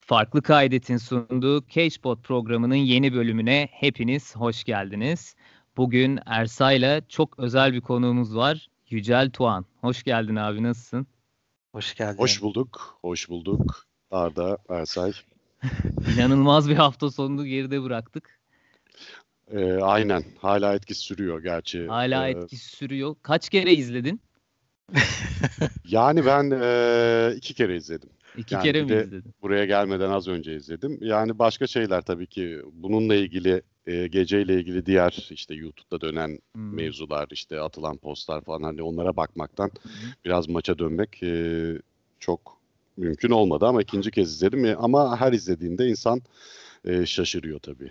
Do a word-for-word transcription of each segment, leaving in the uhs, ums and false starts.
Farklı Kaydet'in sunduğu CagePod programının yeni bölümüne hepiniz hoş geldiniz. Bugün Ersay'la çok özel bir konuğumuz var. Yücel Tuğan. Hoş geldin abi, nasılsın? Hoş geldin. Hoş bulduk, hoş bulduk. Arda, Ersay. İnanılmaz bir hafta sonunu geride bıraktık. Ee, aynen, hala etkisi sürüyor gerçi. Hala Ee, etkisi sürüyor. Kaç kere izledin? Yani ben e, iki kere izledim. İki Yani kere bir mi de izledin? buraya gelmeden az önce izledim. Yani başka şeyler tabii ki bununla ilgili, e, geceyle ilgili diğer işte YouTube'da dönen Hmm. mevzular, işte atılan postlar falan hani onlara bakmaktan Hı. biraz maça dönmek e, çok mümkün olmadı ama ikinci kez izledim. E, Ama her izlediğinde insan e, şaşırıyor tabii.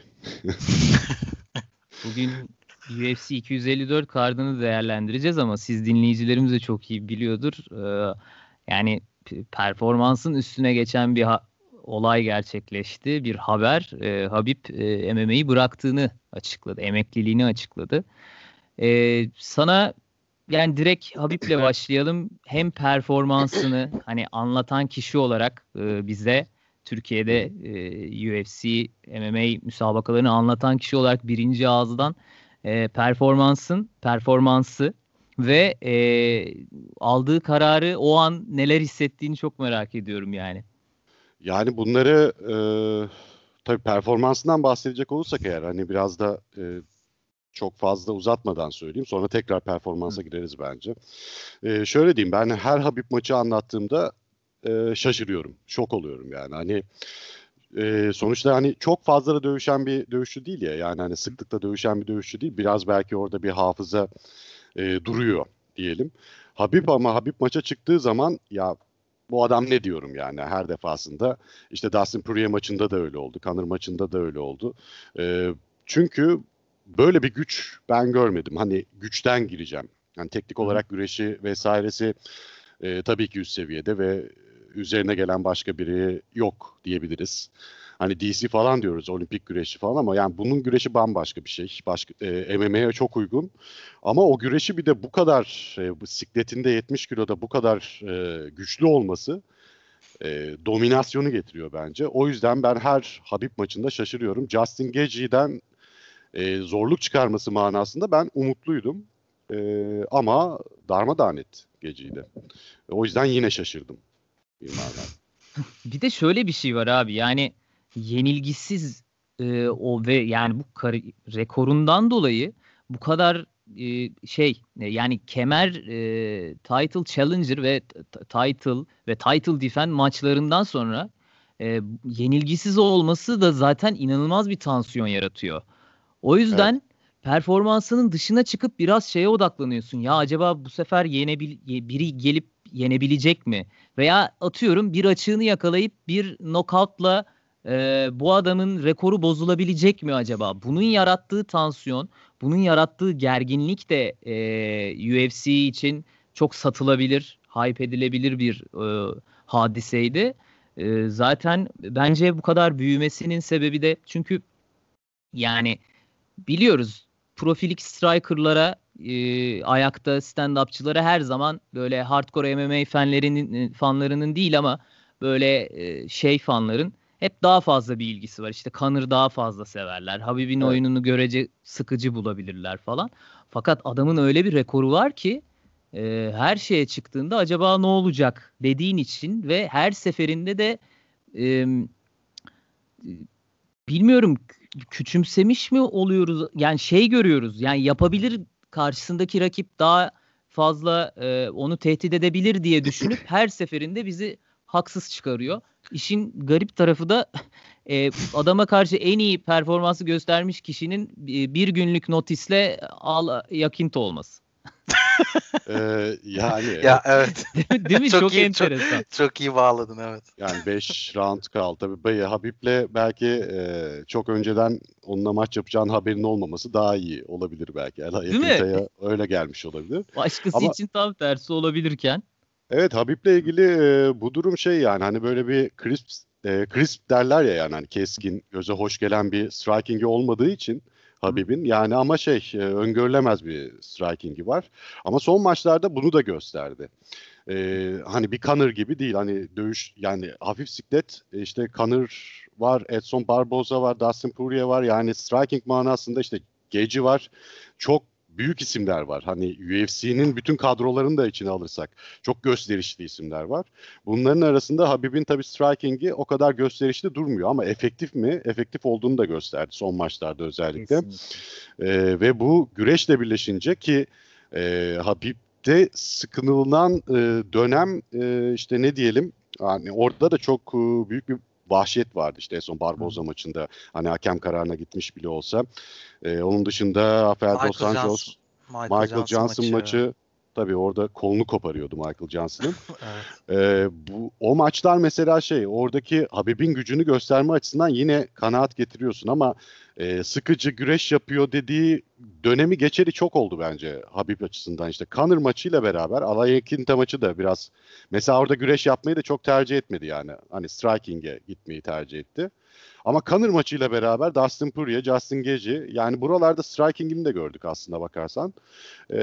Bugün U F C iki yüz elli dört kardını değerlendireceğiz ama siz dinleyicilerimiz de çok iyi biliyordur. Ee, yani p- performansın üstüne geçen bir ha- olay gerçekleşti. Bir haber. Ee, Habib e, M M A'yi bıraktığını açıkladı. Emekliliğini açıkladı. Ee, sana yani direkt Habib'le başlayalım. Hem performansını hani anlatan kişi olarak e, bize Türkiye'de e, U F C, M M A müsabakalarını anlatan kişi olarak birinci ağızdan e, performansın performansı ve e, aldığı kararı o an neler hissettiğini çok merak ediyorum yani. Yani bunları e, tabii performansından bahsedecek olursak eğer hani biraz da e, çok fazla uzatmadan söyleyeyim. Sonra tekrar performansa gireriz bence. E, şöyle diyeyim, ben her Habib maçı anlattığımda e, şaşırıyorum. Şok oluyorum yani. Hani e, sonuçta hani çok fazla da dövüşen bir dövüşçü değil ya. Yani hani sıklıkla dövüşen bir dövüşçü değil. Biraz belki orada bir hafıza e, duruyor diyelim. Habib ama Habib maça çıktığı zaman ya bu adam ne diyorum yani her defasında. İşte Dustin Poirier maçında da öyle oldu. Conor maçında da öyle oldu. E, çünkü böyle bir güç ben görmedim. Hani güçten gireceğim. Yani teknik olarak güreşi vesairesi e, tabii ki üst seviyede ve üzerine gelen başka biri yok diyebiliriz. Hani D C falan diyoruz, olimpik güreşi falan ama yani bunun güreşi bambaşka bir şey. Başka e, M M A'ye çok uygun. Ama o güreşi bir de bu kadar e, bu sikletinde yetmiş kiloda bu kadar e, güçlü olması e, dominasyonu getiriyor bence. O yüzden ben her Habib maçında şaşırıyorum. Justin Gaethje'den e, zorluk çıkarması manasında ben umutluydum. E, ama darmadağın etti Gaethje'yi de. O yüzden yine şaşırdım bir manada. Bir de şöyle bir şey var abi, yani yenilgisiz e, o ve yani bu kari- rekorundan dolayı bu kadar e, şey e, yani kemer e, title challenger ve t- t- title ve title defend maçlarından sonra e, yenilgisiz olması da zaten inanılmaz bir tansiyon yaratıyor. O Evet. yüzden performansının dışına çıkıp biraz şeye odaklanıyorsun. Ya acaba bu sefer yenebil ye- biri gelip yenebilecek mi? Veya atıyorum bir açığını yakalayıp bir knockoutla e, bu adamın rekoru bozulabilecek mi acaba? Bunun yarattığı tansiyon, bunun yarattığı gerginlik de e, U F C için çok satılabilir, hype edilebilir bir e, hadiseydi. E, zaten bence bu kadar büyümesinin sebebi de çünkü yani biliyoruz profilik striker'lara e, ayakta stand-upçılara her zaman böyle hardcore M M A fanlarının fanlarının değil ama böyle e, şey fanların hep daha fazla bir ilgisi var. İşte Conor daha fazla severler. Habib'in Evet. oyununu görece sıkıcı bulabilirler falan. Fakat adamın öyle bir rekoru var ki e, her şeye çıktığında acaba ne olacak dediğin için ve her seferinde de e, bilmiyorum, küçümsemiş mi oluyoruz? Yani şey görüyoruz. Yani yapabilir, karşısındaki rakip daha fazla e, onu tehdit edebilir diye düşünüp her seferinde bizi haksız çıkarıyor. İşin garip tarafı da e, adama karşı en iyi performansı göstermiş kişinin e, bir günlük notisle al yakinto olması. Ee, yani Ya evet. evet. Değil mi? Değil mi? Çok Çok iyi, çok enteresan. çok iyi bağladın, evet. Yani beş round kaldı. Tabii Bey Habib'le belki e, çok önceden onunla maç yapacağın haberin olmaması daha iyi olabilir belki. Ela Değil mi? Yakinta'ya öyle gelmiş olabilir. Başkası Ama için tam tersi olabilirken. evet, Habib'le ilgili e, bu durum şey yani hani böyle bir crisp e, crisp derler ya yani hani keskin, göze hoş gelen bir striking'i olmadığı için Habib'in yani ama şey e, öngörülemez bir striking'i var. Ama son maçlarda bunu da gösterdi. e, hani bir Conor gibi değil. Hani dövüş yani hafif siklet e, işte Conor var, Edson Barboza var, Dustin Poirier var. Yani striking manasında işte Gaethje var. Çok büyük isimler var. Hani U F C'nin bütün kadrolarını da içine alırsak çok gösterişli isimler var. Bunların arasında Habib'in tabii striking'i o kadar gösterişli durmuyor ama efektif mi? Efektif olduğunu da gösterdi son maçlarda özellikle. Ee, ve bu güreşle birleşince ki e, Habib'de sıkınılan e, dönem e, işte ne diyelim yani orada da çok e, büyük bir vahşet vardı işte en son Barboza hmm. maçında hani hakem kararına gitmiş bile olsa. Ee, onun dışında Rafael Dos Anjos, Michael, Michael Johnson, Johnson maçı, maçı tabii orada kolunu koparıyordu Michael Johnson'ın. Evet. Ee, bu o maçlar mesela şey oradaki Habib'in gücünü gösterme açısından yine kanaat getiriyorsun ama e, sıkıcı güreş yapıyor dediği dönemi geçeri çok oldu bence Habib açısından. İşte Conor maçıyla beraber Alayekinta maçı da biraz mesela orada güreş yapmayı da çok tercih etmedi yani. Hani striking'e gitmeyi tercih etti. Ama Conor maçıyla beraber Dustin Poirier, Justin Gaethje yani buralarda striking'ini de gördük aslında bakarsan. Ee,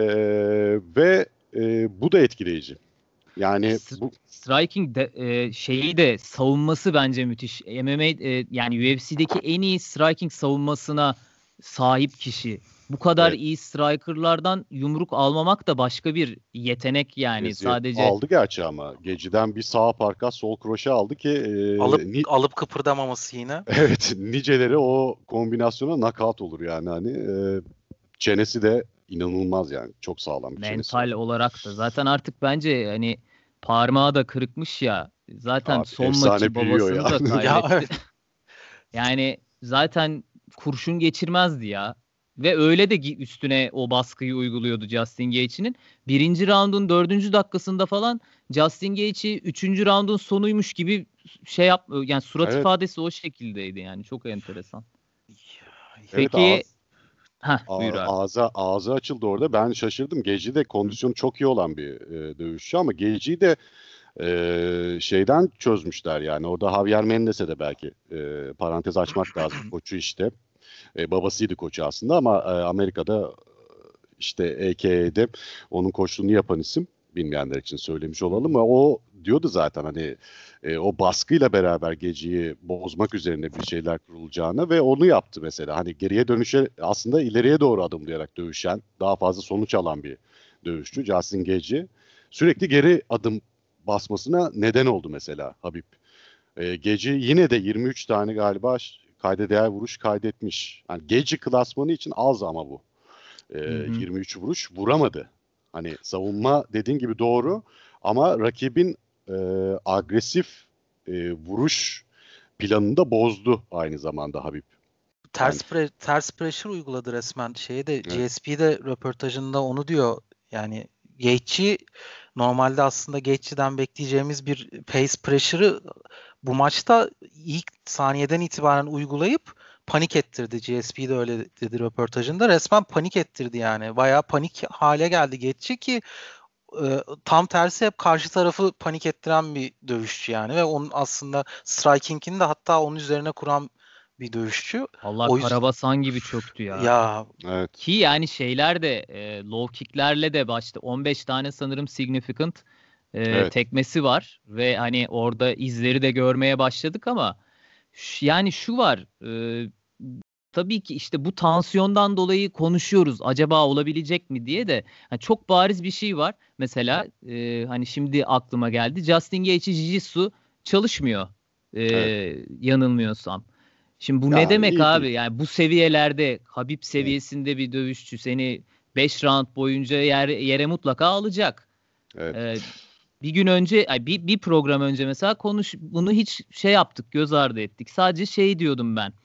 ve e, bu da etkileyici. Yani bu striking de, e, şeyi de savunması bence müthiş. M M A e, yani U F C'deki en iyi striking savunmasına sahip kişi. Bu kadar evet. iyi strikerlardan yumruk almamak da başka bir yetenek yani. Gezi sadece aldı gerçi ama Gaethje'den bir sağ parka sol kroşe aldı ki e, alıp ni... alıp kıpırdamaması yine. Evet, niceleri o kombinasyona knockout olur yani hani e, çenesi de inanılmaz yani çok sağlam bir çenesi. Mental olarak da zaten artık bence hani parmağı da kırıkmış ya. Zaten Abi, son maçı babasını ya. da kaybetti. Yani zaten kurşun geçirmezdi ya. Ve öyle de üstüne o baskıyı uyguluyordu Justin Gaethje'nin. Birinci roundun dördüncü dakikasında falan Justin Gaethje üçüncü roundun sonuymuş gibi şey yap, yani surat evet. ifadesi o şekildeydi yani çok enteresan. Peki evet, Heh, buyur abi. Ağza, ağzı açıldı orada. Ben şaşırdım. Gaethje de kondisyonu çok iyi olan bir e, dövüşçü ama Gaethje'yi de e, şeyden çözmüşler yani. Orada Javier Mendes'e de belki e, parantez açmak lazım. Koçu işte. E, babasıydı koçu aslında ama e, Amerika'da işte A K A'de onun koçluğunu yapan isim. Bilmeyenler için söylemiş olalım ama o diyordu zaten hani e, o baskıyla beraber Gaethje'yi bozmak üzerine bir şeyler kurulacağını ve onu yaptı mesela. Hani geriye dönüşe aslında ileriye doğru adımlayarak dövüşen, daha fazla sonuç alan bir dövüşçü Justin Gaethje. Sürekli geri adım basmasına neden oldu mesela Habib. E, Gaethje yine de yirmi üç tane galiba kayda değer vuruş kaydetmiş. Yani Gaethje klasmanı için az ama bu. E, yirmi üç vuruş vuramadı. Hani savunma dediğin gibi doğru ama rakibin e, agresif e, vuruş planını da bozdu aynı zamanda Habib. Ters pre- ters pressure uyguladı resmen. Şeye de evet. G S P'de röportajında onu diyor. Yani Gaethje normalde aslında Gaethje'den bekleyeceğimiz bir pace pressure'ı bu maçta ilk saniyeden itibaren uygulayıp panik ettirdi. G S P de öyle dedi röportajında. Resmen panik ettirdi yani. Bayağı panik hale geldi Gaethje ki e, tam tersi hep karşı tarafı panik ettiren bir dövüşçü yani ve onun aslında striking'ini de hatta onun üzerine kuran bir dövüşçü. Allah o yüzden... Karabasan gibi çöktü ya. Ya evet. Ki yani şeyler de e, low kicklerle de başta on beş tane sanırım significant e, evet. tekmesi var ve hani orada izleri de görmeye başladık ama ş- yani şu var e, tabii ki işte bu tansiyondan dolayı konuşuyoruz acaba olabilecek mi diye de yani çok bariz bir şey var. Mesela e, hani şimdi aklıma geldi Justin Gaethje Jiu-Jitsu çalışmıyor e, evet. yanılmıyorsam. Şimdi bu ya, ne demek abi? Değil. Yani bu seviyelerde Habib seviyesinde evet. bir dövüşçü seni beş round boyunca yer, yere mutlaka alacak. Evet. Ee, bir gün önce, bir, bir program önce mesela konuş bunu hiç şey yaptık, göz ardı ettik. Sadece şey diyordum ben.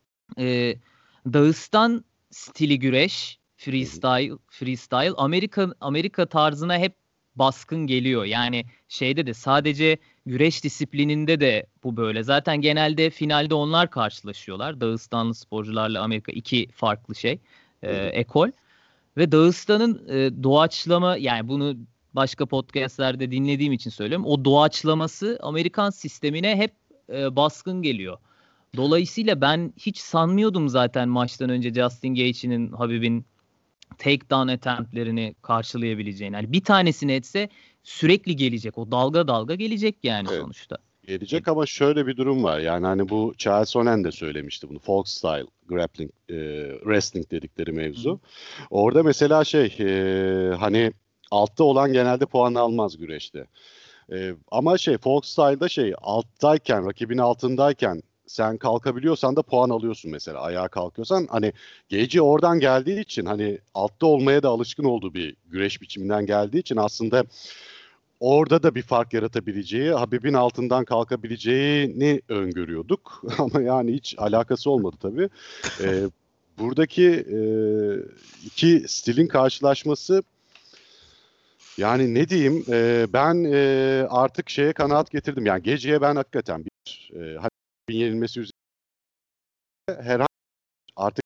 Ee, Dağıstan stili güreş, freestyle, freestyle Amerika Amerika tarzına hep baskın geliyor. Yani şeyde de sadece güreş disiplininde de bu böyle. Zaten genelde finalde onlar karşılaşıyorlar. Dağıstanlı sporcularla Amerika iki farklı şey. E, ekol. Ve Dağıstan'ın e, doğaçlama yani bunu başka podcastlerde dinlediğim için söylüyorum. O doğaçlaması Amerikan sistemine hep e, baskın geliyor. Dolayısıyla ben hiç sanmıyordum zaten maçtan önce Justin Gaethje'nin Habib'in takedown attemptlerini karşılayabileceğini. Yani bir tanesini etse sürekli gelecek. O dalga dalga gelecek yani Evet. sonuçta. Gelecek ama şöyle bir durum var. Yani hani bu Chael Sonnen de söylemişti bunu. Folk style grappling, e, wrestling dedikleri mevzu. Hı. Orada mesela şey e, hani altta olan genelde puan almaz güreşte. E, ama şey folk style'da şey alttayken, rakibin altındayken sen kalkabiliyorsan da puan alıyorsun mesela. Ayağa kalkıyorsan hani Gaethje oradan geldiği için hani altta olmaya da alışkın olduğu bir güreş biçiminden geldiği için aslında orada da bir fark yaratabileceği, Habib'in altından kalkabileceğini öngörüyorduk. Ama yani hiç alakası olmadı tabii. Ee, buradaki e, iki stilin karşılaşması, yani ne diyeyim, e, ben e, artık şeye kanaat getirdim. Yani Gaethje'ye ben hakikaten bir e, Habib'in yenilmesi üzerine herhangi artık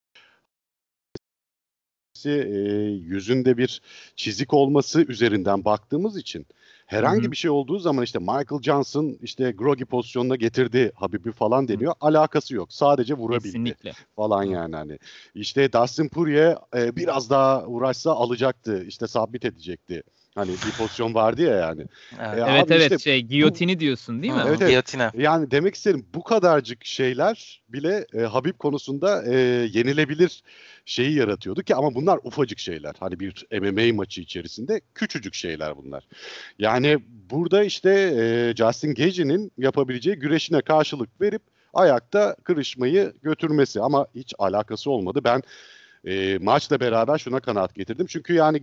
e, yüzünde bir çizik olması üzerinden baktığımız için herhangi hı hı. bir şey olduğu zaman işte Michael Johnson işte groggy pozisyonuna getirdi Habib'i falan deniyor. Hı. Alakası yok. Sadece vurabildi. Kesinlikle. Falan hı. Yani hani. İşte Dustin Poirier e, biraz daha uğraşsa alacaktı. İşte sabit edecekti. Hani bir pozisyon vardı ya yani. Evet e, evet, evet işte, şey giyotini bu, diyorsun değil mi? Evet, evet. Giyotine. Yani demek isterim bu kadarcık şeyler bile e, Habib konusunda e, yenilebilir şeyi yaratıyordu ki ama bunlar ufacık şeyler. Hani bir M M A maçı içerisinde küçücük şeyler bunlar. Yani burada işte e, Justin Gaethje'nin yapabileceği güreşine karşılık verip ayakta kırışmayı götürmesi ama hiç alakası olmadı. Ben e, maçla beraber şuna kanaat getirdim. Çünkü yani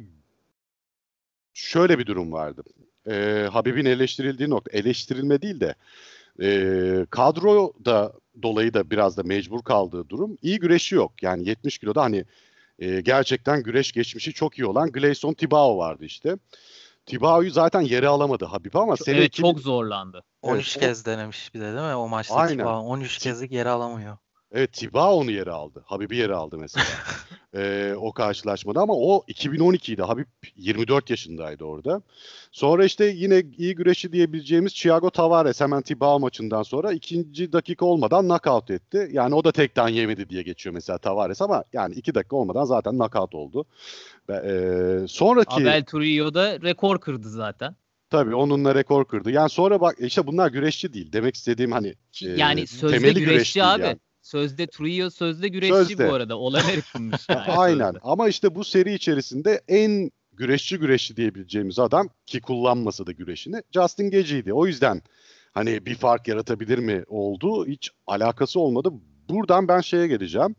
şöyle bir durum vardı. E, Habib'in eleştirildiği nokta, eleştirilme değil de e, kadro da dolayı da biraz da mecbur kaldığı durum. İyi güreşi yok. Yani yetmiş kiloda hani e, gerçekten güreş geçmişi çok iyi olan Gleison Tibau vardı işte. Tibau'yu zaten yere alamadı Habib ama çok, sene evet iki... çok zorlandı. on üç evet, kez o... denemiş bir de değil mi o maçta. Aynen. Tibau on üç kez yere alamıyor. Evet, Tibau onu yere aldı. Habib'i yere aldı mesela. ee, o karşılaşmada ama o iki bin on ikiydi. Habib yirmi dört yaşındaydı orada. Sonra işte yine iyi güreşi diyebileceğimiz Thiago Tavares hemen Tibau maçından sonra ikinci dakika olmadan knockout etti. Yani o da tekten yemedi diye geçiyor mesela Tavares ama yani iki dakika olmadan zaten knockout oldu. Ee, sonraki... Abel Trujillo'da rekor kırdı zaten. Tabii onunla rekor kırdı. Yani sonra bak işte bunlar güreşçi değil. Demek istediğim hani yani e, sözde temeli güreşçi güreş abi. Yani. Sözde Trujillo sözde güreşçi Sözde. Bu arada. All American'mış yani. Aynen. Sözde. Ama işte bu seri içerisinde en güreşçi güreşçi diyebileceğimiz adam ki kullanmasa da güreşini Justin Gaethje'ydi. O yüzden hani bir fark yaratabilir mi oldu? Hiç alakası olmadı. Buradan ben şeye geleceğim.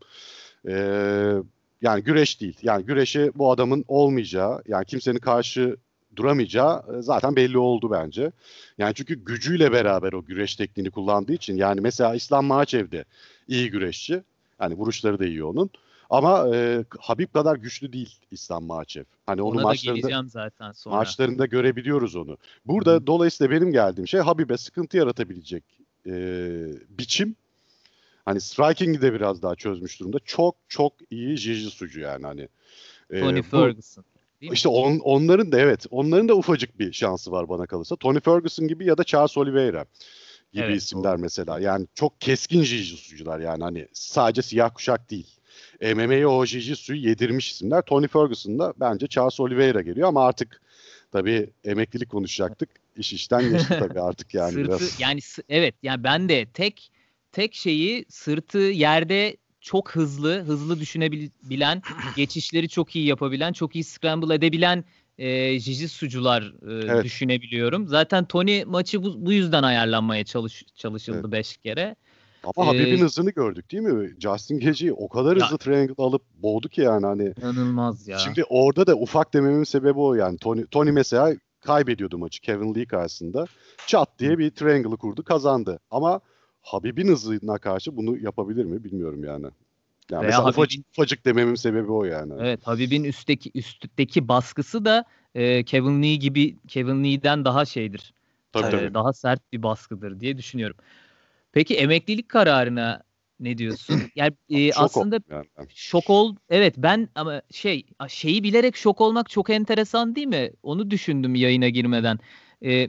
Ee, yani güreş değil. Yani güreşe bu adamın olmayacağı, yani kimsenin karşı duramayacağı zaten belli oldu bence. Yani çünkü gücüyle beraber o güreş tekniğini kullandığı için yani mesela İslam Makhachev de iyi güreşçi. Yani vuruşları da iyi onun. Ama e, Habib kadar güçlü değil İslam Makhachev. Hani onu Ona maçlarında da geleceğim zaten sonra. Maçlarında görebiliyoruz onu. Burada Hı-hı. dolayısıyla benim geldiğim şey Habib'e sıkıntı yaratabilecek e, biçim. Hani striking'i de biraz daha çözmüş durumda. Çok çok iyi jiu-jitsu'cu yani hani. E, Tony Ferguson. Değil işte on, onların da evet, onların da ufacık bir şansı var bana kalırsa. Tony Ferguson gibi ya da Charles Oliveira gibi evet, isimler doğru. Mesela. Yani çok keskin jiu-jitsu'cular yani hani sadece siyah kuşak değil. M M A'ye o jiu-jitsu'yu yedirmiş isimler. Tony Ferguson da bence Charles Oliveira geliyor ama artık tabii emeklilik konuşacaktık. İş işten geçti tabii artık yani Sırtı, biraz. Yani evet yani ben de tek tek şeyi sırtı yerde çok hızlı, hızlı düşünebilen, geçişleri çok iyi yapabilen, çok iyi scramble edebilen e, jiu-jitsu'cular e, evet. düşünebiliyorum. Zaten Tony maçı bu, bu yüzden ayarlanmaya çalış, çalışıldı beş evet. kere. Ama ee, Habib'in hızını gördük değil mi? Justin Gaethje'yi o kadar ya, hızlı triangle alıp boğdu ki yani hani. İnanılmaz ya. Şimdi orada da ufak dememin sebebi o yani. Tony, Tony mesela kaybediyordu maçı Kevin Lee karşısında. Çat diye bir triangle'ı kurdu, kazandı. Ama Habib'in hızına karşı bunu yapabilir mi bilmiyorum yani. Yani mesela Habib'in, ufacık, ufacık dememin sebebi o yani. Evet, Habib'in üstteki üstteki baskısı da e, Kevin Lee gibi Kevin Lee'den daha şeydir. Tabii, e, tabii. Daha sert bir baskıdır diye düşünüyorum. Peki emeklilik kararına ne diyorsun? Yani e, şok aslında yani. şok ol. Evet ben ama şey şeyi bilerek şok olmak çok enteresan değil mi? Onu düşündüm yayına girmeden. E,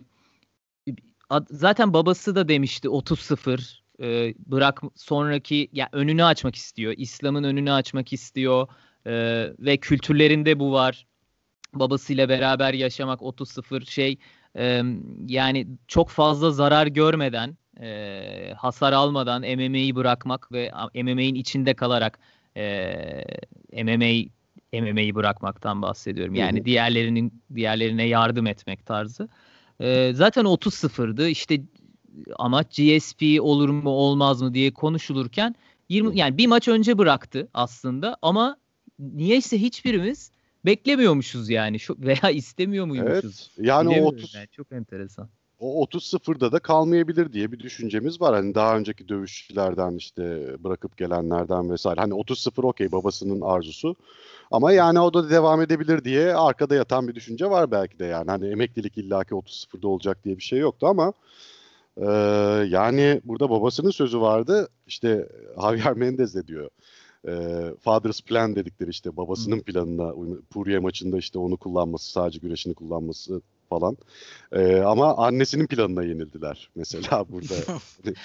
zaten babası da demişti otuz sıfır e, bırak sonraki ya önünü açmak istiyor. İslam'ın önünü açmak istiyor. Ee, ve kültürlerinde bu var. Babasıyla beraber yaşamak otuz sıfır şey e, yani çok fazla zarar görmeden e, hasar almadan M M A'yi bırakmak ve M M A'in içinde kalarak e, M M A M M A'yi bırakmaktan bahsediyorum. Yani diğerlerinin diğerlerine yardım etmek tarzı. E, zaten otuz sıfırdı. İşte amaç G S P olur mu olmaz mı diye konuşulurken yirmi yani bir maç önce bıraktı aslında ama niyeyse hiçbirimiz beklemiyormuşuz yani şu veya istemiyor muymuşuz? Evet. Yani o otuz yani çok enteresan. O otuz sıfırda da kalmayabilir diye bir düşüncemiz var. Hani daha önceki dövüşçülerden işte bırakıp gelenlerden vesaire. Hani otuz sıfır okey babasının arzusu. Ama yani o da devam edebilir diye arkada yatan bir düşünce var belki de yani. Hani emeklilik illaki otuz sıfırda olacak diye bir şey yoktu ama e, yani burada babasının sözü vardı. İşte Javier Mendez de diyor. E, Father's Plan dedikleri işte babasının planına Poirier maçında işte onu kullanması, sadece güreşini kullanması falan. E, ama annesinin planına yenildiler mesela burada.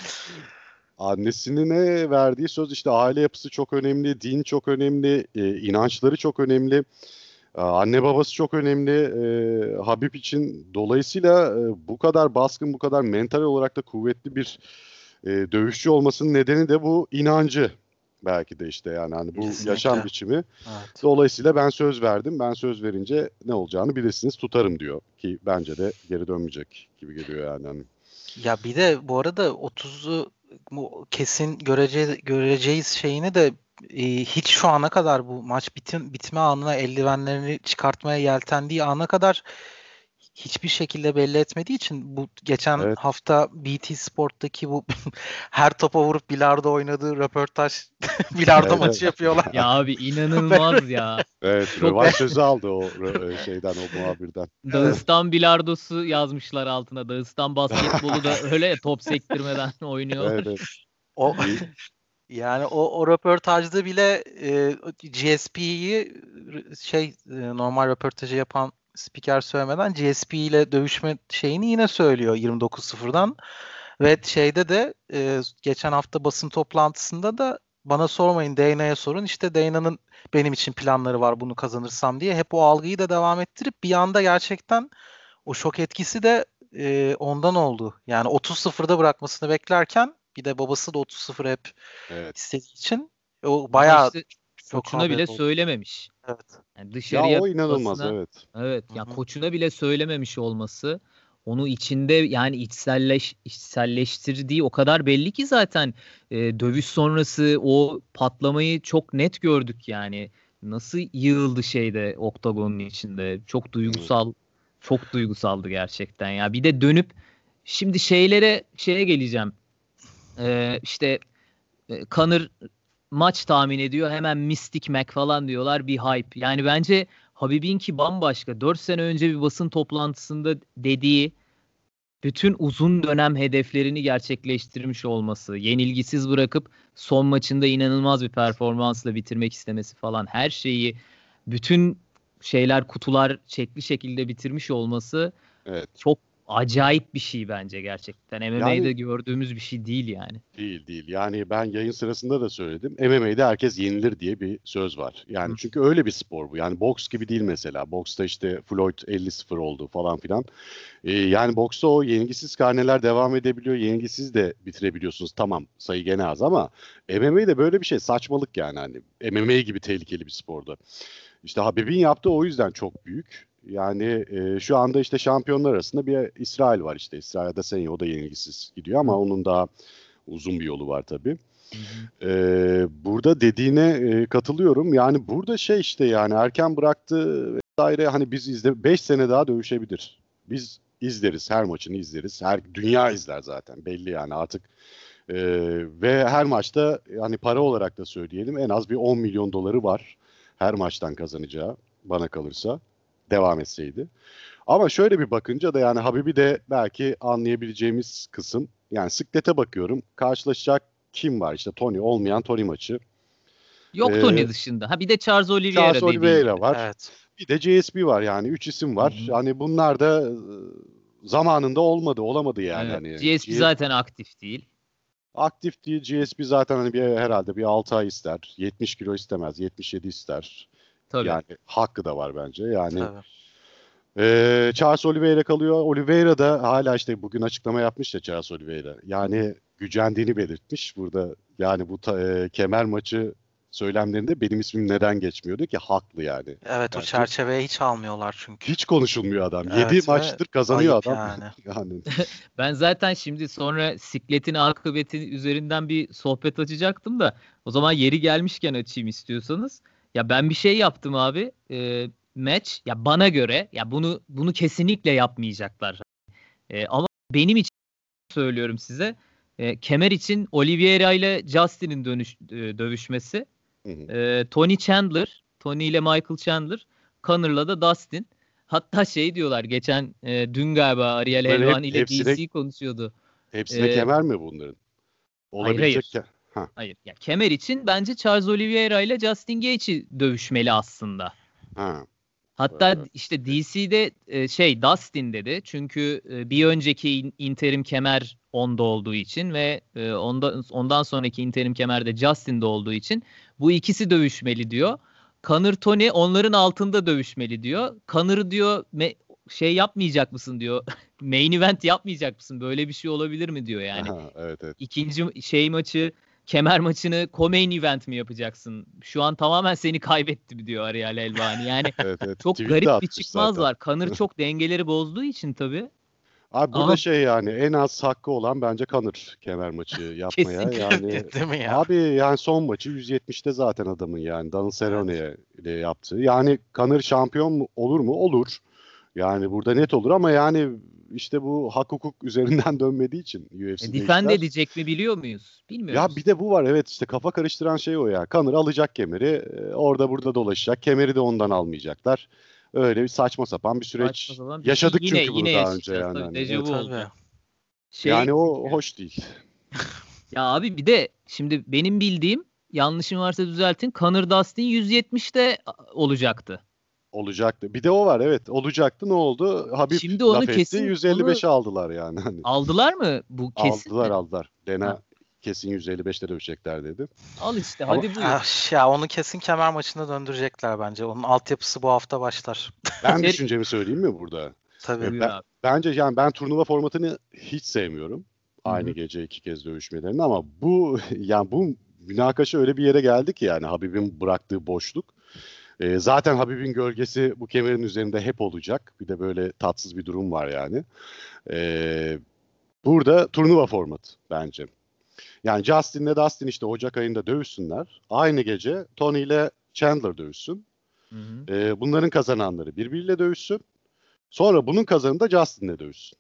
Annesine verdiği söz işte aile yapısı çok önemli, din çok önemli, e, inançları çok önemli. E, anne babası çok önemli e, Habib için. Dolayısıyla e, bu kadar baskın, bu kadar mental olarak da kuvvetli bir e, dövüşçü olmasının nedeni de bu inancı. Belki de işte yani hani bu Kesinlikle. yaşam biçimi. Evet. Dolayısıyla ben söz verdim. Ben söz verince ne olacağını bilirsiniz, tutarım diyor. Ki bence de geri dönmeyecek gibi geliyor yani. Hani. Ya bir de bu arada otuzu bu kesin görece, göreceğiz şeyini de e, hiç şu ana kadar bu maç bitim bitme anına eldivenlerini çıkartmaya yeltendiği ana kadar hiçbir şekilde belli etmediği için bu geçen Evet. hafta B T Sport'taki bu her topa vurup bilardo oynadığı röportaj bilardo Evet, maçı evet. yapıyorlar. Ya abi inanılmaz ya. Evet, Çok rövanş sözü aldı o rö- şeyden, o muhabirden. Dağıstan bilardosu yazmışlar altına. Dağıstan basketbolu da öyle ya, top sektirmeden oynuyorlar. Evet, evet. O Bir- yani o, o röportajda bile e, G S P'yi şey e, normal röportajı yapan spiker söylemeden G S P ile dövüşme şeyini yine söylüyor yirmi dokuz sıfırdan. Ve şeyde de e, geçen hafta basın toplantısında da bana sormayın Dayna'ya sorun. İşte Dayna'nın benim için planları var bunu kazanırsam diye. Hep o algıyı da devam ettirip bir anda gerçekten o şok etkisi de e, ondan oldu. Yani otuz sıfırda bırakmasını beklerken bir de babası da otuz sıfır hep evet. istediği için o Ama bayağı işte çok koçuna haber bile oldu. söylememiş. Evet. Yani Ya dışarıya o inanılmaz, basına evet. evet Hı ya hı. koçuna bile söylememiş olması onu içinde yani içselleş içselleştirdiği o kadar belli ki zaten e, dövüş sonrası o patlamayı çok net gördük yani. Nasıl yığıldı şeyde oktagonun içinde. Çok Evet. duygusal, çok duygusaldı gerçekten ya. Bir de dönüp şimdi şeylere şeye geleceğim. Ee, işte e, Conor maç tahmin ediyor. Hemen Mystic Mac falan diyorlar. Bir hype. Yani bence Habib'inki bambaşka. dört sene önce bir basın toplantısında dediği bütün uzun dönem hedeflerini gerçekleştirmiş olması, yenilgisiz bırakıp son maçında inanılmaz bir performansla bitirmek istemesi falan her şeyi bütün şeyler kutular çekli şekilde bitirmiş olması Evet. çok acayip bir şey bence gerçekten. M M A'de Yani gördüğümüz bir şey değil yani. değil değil. Yani ben yayın sırasında da söyledim. M M A'de herkes yenilir diye bir söz var. Yani Hı. çünkü öyle bir spor bu. Yani boks gibi değil mesela. Boksta işte Floyd elli sıfır oldu falan filan. Ee, yani boksta o yenilgisiz karneler devam edebiliyor. Yenilgisiz de bitirebiliyorsunuz. Tamam, sayı gene az ama M M A'de böyle bir şey saçmalık yani. Hani M M A gibi tehlikeli bir sporda. İşte Habib'in yaptığı o yüzden çok büyük. Yani e, şu anda işte şampiyonlar arasında bir İsrail var işte. İsrail Adesanya, o da yenilgisiz gidiyor ama Hı. onun daha uzun bir yolu var tabii. Hı hı. Ee, burada dediğine e, katılıyorum. Yani burada şey işte yani erken bıraktı vesaire, hani biz izle beş sene daha dövüşebilir. Biz izleriz, her maçını izleriz. Her dünya izler zaten, belli yani artık. Ee, ve her maçta hani para olarak da söyleyelim en az bir on milyon doları var. Her maçtan kazanacağı bana kalırsa, devam etseydi. Ama şöyle bir bakınca da yani Habib'i de belki anlayabileceğimiz kısım, yani siklete bakıyorum. Karşılaşacak kim var? İşte Tony, olmayan Tony maçı. Yok Ee, Tony dışında. Ha bir de Charles Charles Oliveira dediğin Oliveira gibi. var. Evet. Bir de G S P var, yani üç isim Hı var. hı. Hani bunlar da e, zamanında olmadı, olamadı yani Evet. hani. G S P G- zaten aktif değil. aktif değil G S P zaten, hani bir herhalde bir altı ay ister. yetmiş kilo istemez, yetmiş yedi ister. Tabii. Yani hakkı da var bence. Yani Tabii. e, Charles Oliveira kalıyor. Oliveira da hala işte bugün açıklama yapmış ya Charles Oliveira. Yani gücendiğini belirtmiş burada. Yani bu ta, e, kemer maçı söylemlerinde benim ismim neden geçmiyordu ki haklı yani. Evet, o Bence çerçeveye hiç almıyorlar çünkü. hiç konuşulmuyor adam. Yedi Evet ve maçtır kazanıyor ayıp adam. yani. Yani Ben zaten şimdi sonra sikletin akıbeti üzerinden bir sohbet açacaktım da o zaman yeri gelmişken açayım istiyorsanız. Ya ben bir şey yaptım abi. E, maç ya bana göre ya bunu bunu kesinlikle yapmayacaklar. E, ama benim için söylüyorum size. E, kemer için Oliveira ile Justin'in dönüş, e, dövüşmesi. hı hı. E, Tony Chandler, Tony ile Michael Chandler, Connor'la da Dustin. Hatta şey diyorlar geçen e, dün galiba Ariel Bunların hep, Helvani ile hepsine D C konuşuyordu. hepsine E, kemer mi bunların? hayır Olabilecek hayır. ke- ha. Hayır. Ya kemer için bence Charles Oliveira ile Justin Gaethje dövüşmeli aslında. Ha. Evet, Hatta evet. işte D C'de e, şey Dustin dedi. Çünkü e, bir önceki in- interim kemer onda olduğu için ve e, onda, ondan sonraki interim kemerde Justin'de olduğu için bu ikisi dövüşmeli diyor. Conor Tony onların altında dövüşmeli diyor. Conor diyor me- şey yapmayacak mısın diyor. Main event yapmayacak mısın? Böyle bir şey olabilir mi diyor yani. Aha, evet evet. İkinci şey maçı kemer maçını co-main event mi yapacaksın? Şu an tamamen seni kaybetti diyor Ariel Helvani. Yani Evet evet. çok Tweet de garip bir atmış çıkmaz zaten. var. Conor çok dengeleri bozduğu için tabii. Abi burada Ama şey yani en az hakkı olan bence Conor kemer maçı yapmaya. kesinlikle. Yani Değil mi ya? abi yani son maçı yüz yetmişte zaten adamın yani Donald Cerrone ile yaptığı. Yani Conor şampiyon mu, olur mu? Olur. Yani burada net olur ama yani işte bu hak hukuk üzerinden dönmediği için E, U F C'de defend işler. edecek mi biliyor muyuz? Ya Bilmiyoruz. bir de bu var evet işte kafa karıştıran şey o ya. Conor alacak kemeri e, orada burada dolaşacak. Kemeri de ondan almayacaklar. Öyle bir saçma sapan bir Saçma süreç. sapan bir şey Yaşadık yine çünkü bunu yine daha önce yaşayacağız. yani. Tabii Hani. dejavu Evet. Tabii. olacak. Şey Yani o hoş değil. ya abi bir de şimdi benim bildiğim yanlışım varsa düzeltin. Conor Dustin yüz yetmişte olacaktı. Olacaktı. Bir de o var evet. Olacaktı ne oldu? Habib Şimdi onu laf etti. kesin yüz elli beşe onu aldılar yani. Hani aldılar mı? Bu kesin aldılar mi? aldılar. Dena Ha, kesin yüz elli beşte dövecekler dedi. al işte Ama hadi buyur. Ah, ya onu kesin kemer maçında döndürecekler bence. Onun altyapısı bu hafta başlar. ben Ser- düşüncemi söyleyeyim mi burada? Tabii. E, Buyur ben, abi. bence yani ben turnuva formatını hiç sevmiyorum. Hı Aynı hı. gece iki kez dövüşmelerini ama bu yani bu münakaşa öyle bir yere geldi ki yani Habib'in bıraktığı boşluk. E, zaten Habib'in gölgesi bu kemerin üzerinde hep olacak. Bir de böyle tatsız bir durum var yani. E, burada turnuva formatı bence. Yani Justin'le Dustin işte Ocak ayında dövüşsünler. Aynı gece Tony ile Chandler dövüşsün. Hı hı. E, bunların kazananları birbiriyle dövüşsün. Sonra bunun kazanı da Justin'le dövüşsün.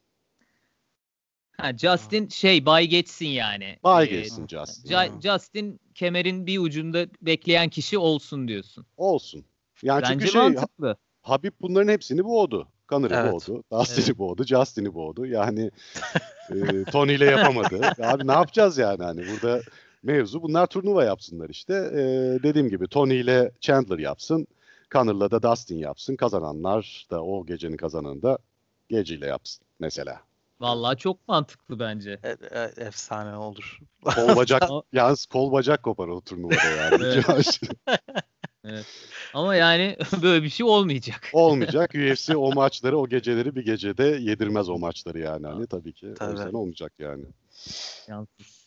Ha, Justin şey bay geçsin yani. Bay Ee, geçsin Justin. Ca- Yani. Justin kemerin bir ucunda bekleyen kişi olsun diyorsun. Olsun. Yani çünkü Bence şey mantıklı. Habib bunların hepsini boğdu. Connor'ı Evet. boğdu. Dustin'i Evet. boğdu. Justin'i boğdu. Yani e, Tony ile yapamadı. Abi ne yapacağız yani hani burada mevzu bunlar turnuva yapsınlar işte. E, dediğim gibi Tony ile Chandler yapsın. Connor'la da Dustin yapsın. Kazananlar da o gecenin kazananı da geceyle yapsın mesela. Vallahi çok mantıklı bence. E- e- efsane olur. Kol bacak O- yalnız kol bacak kopar o turnuvada yani. Evet. Evet. Ama yani böyle bir şey olmayacak. Olmayacak. U F C o maçları, o geceleri bir gecede yedirmez o maçları yani hani tabii ki. O Tabii. yüzden olmayacak yani. Yansız.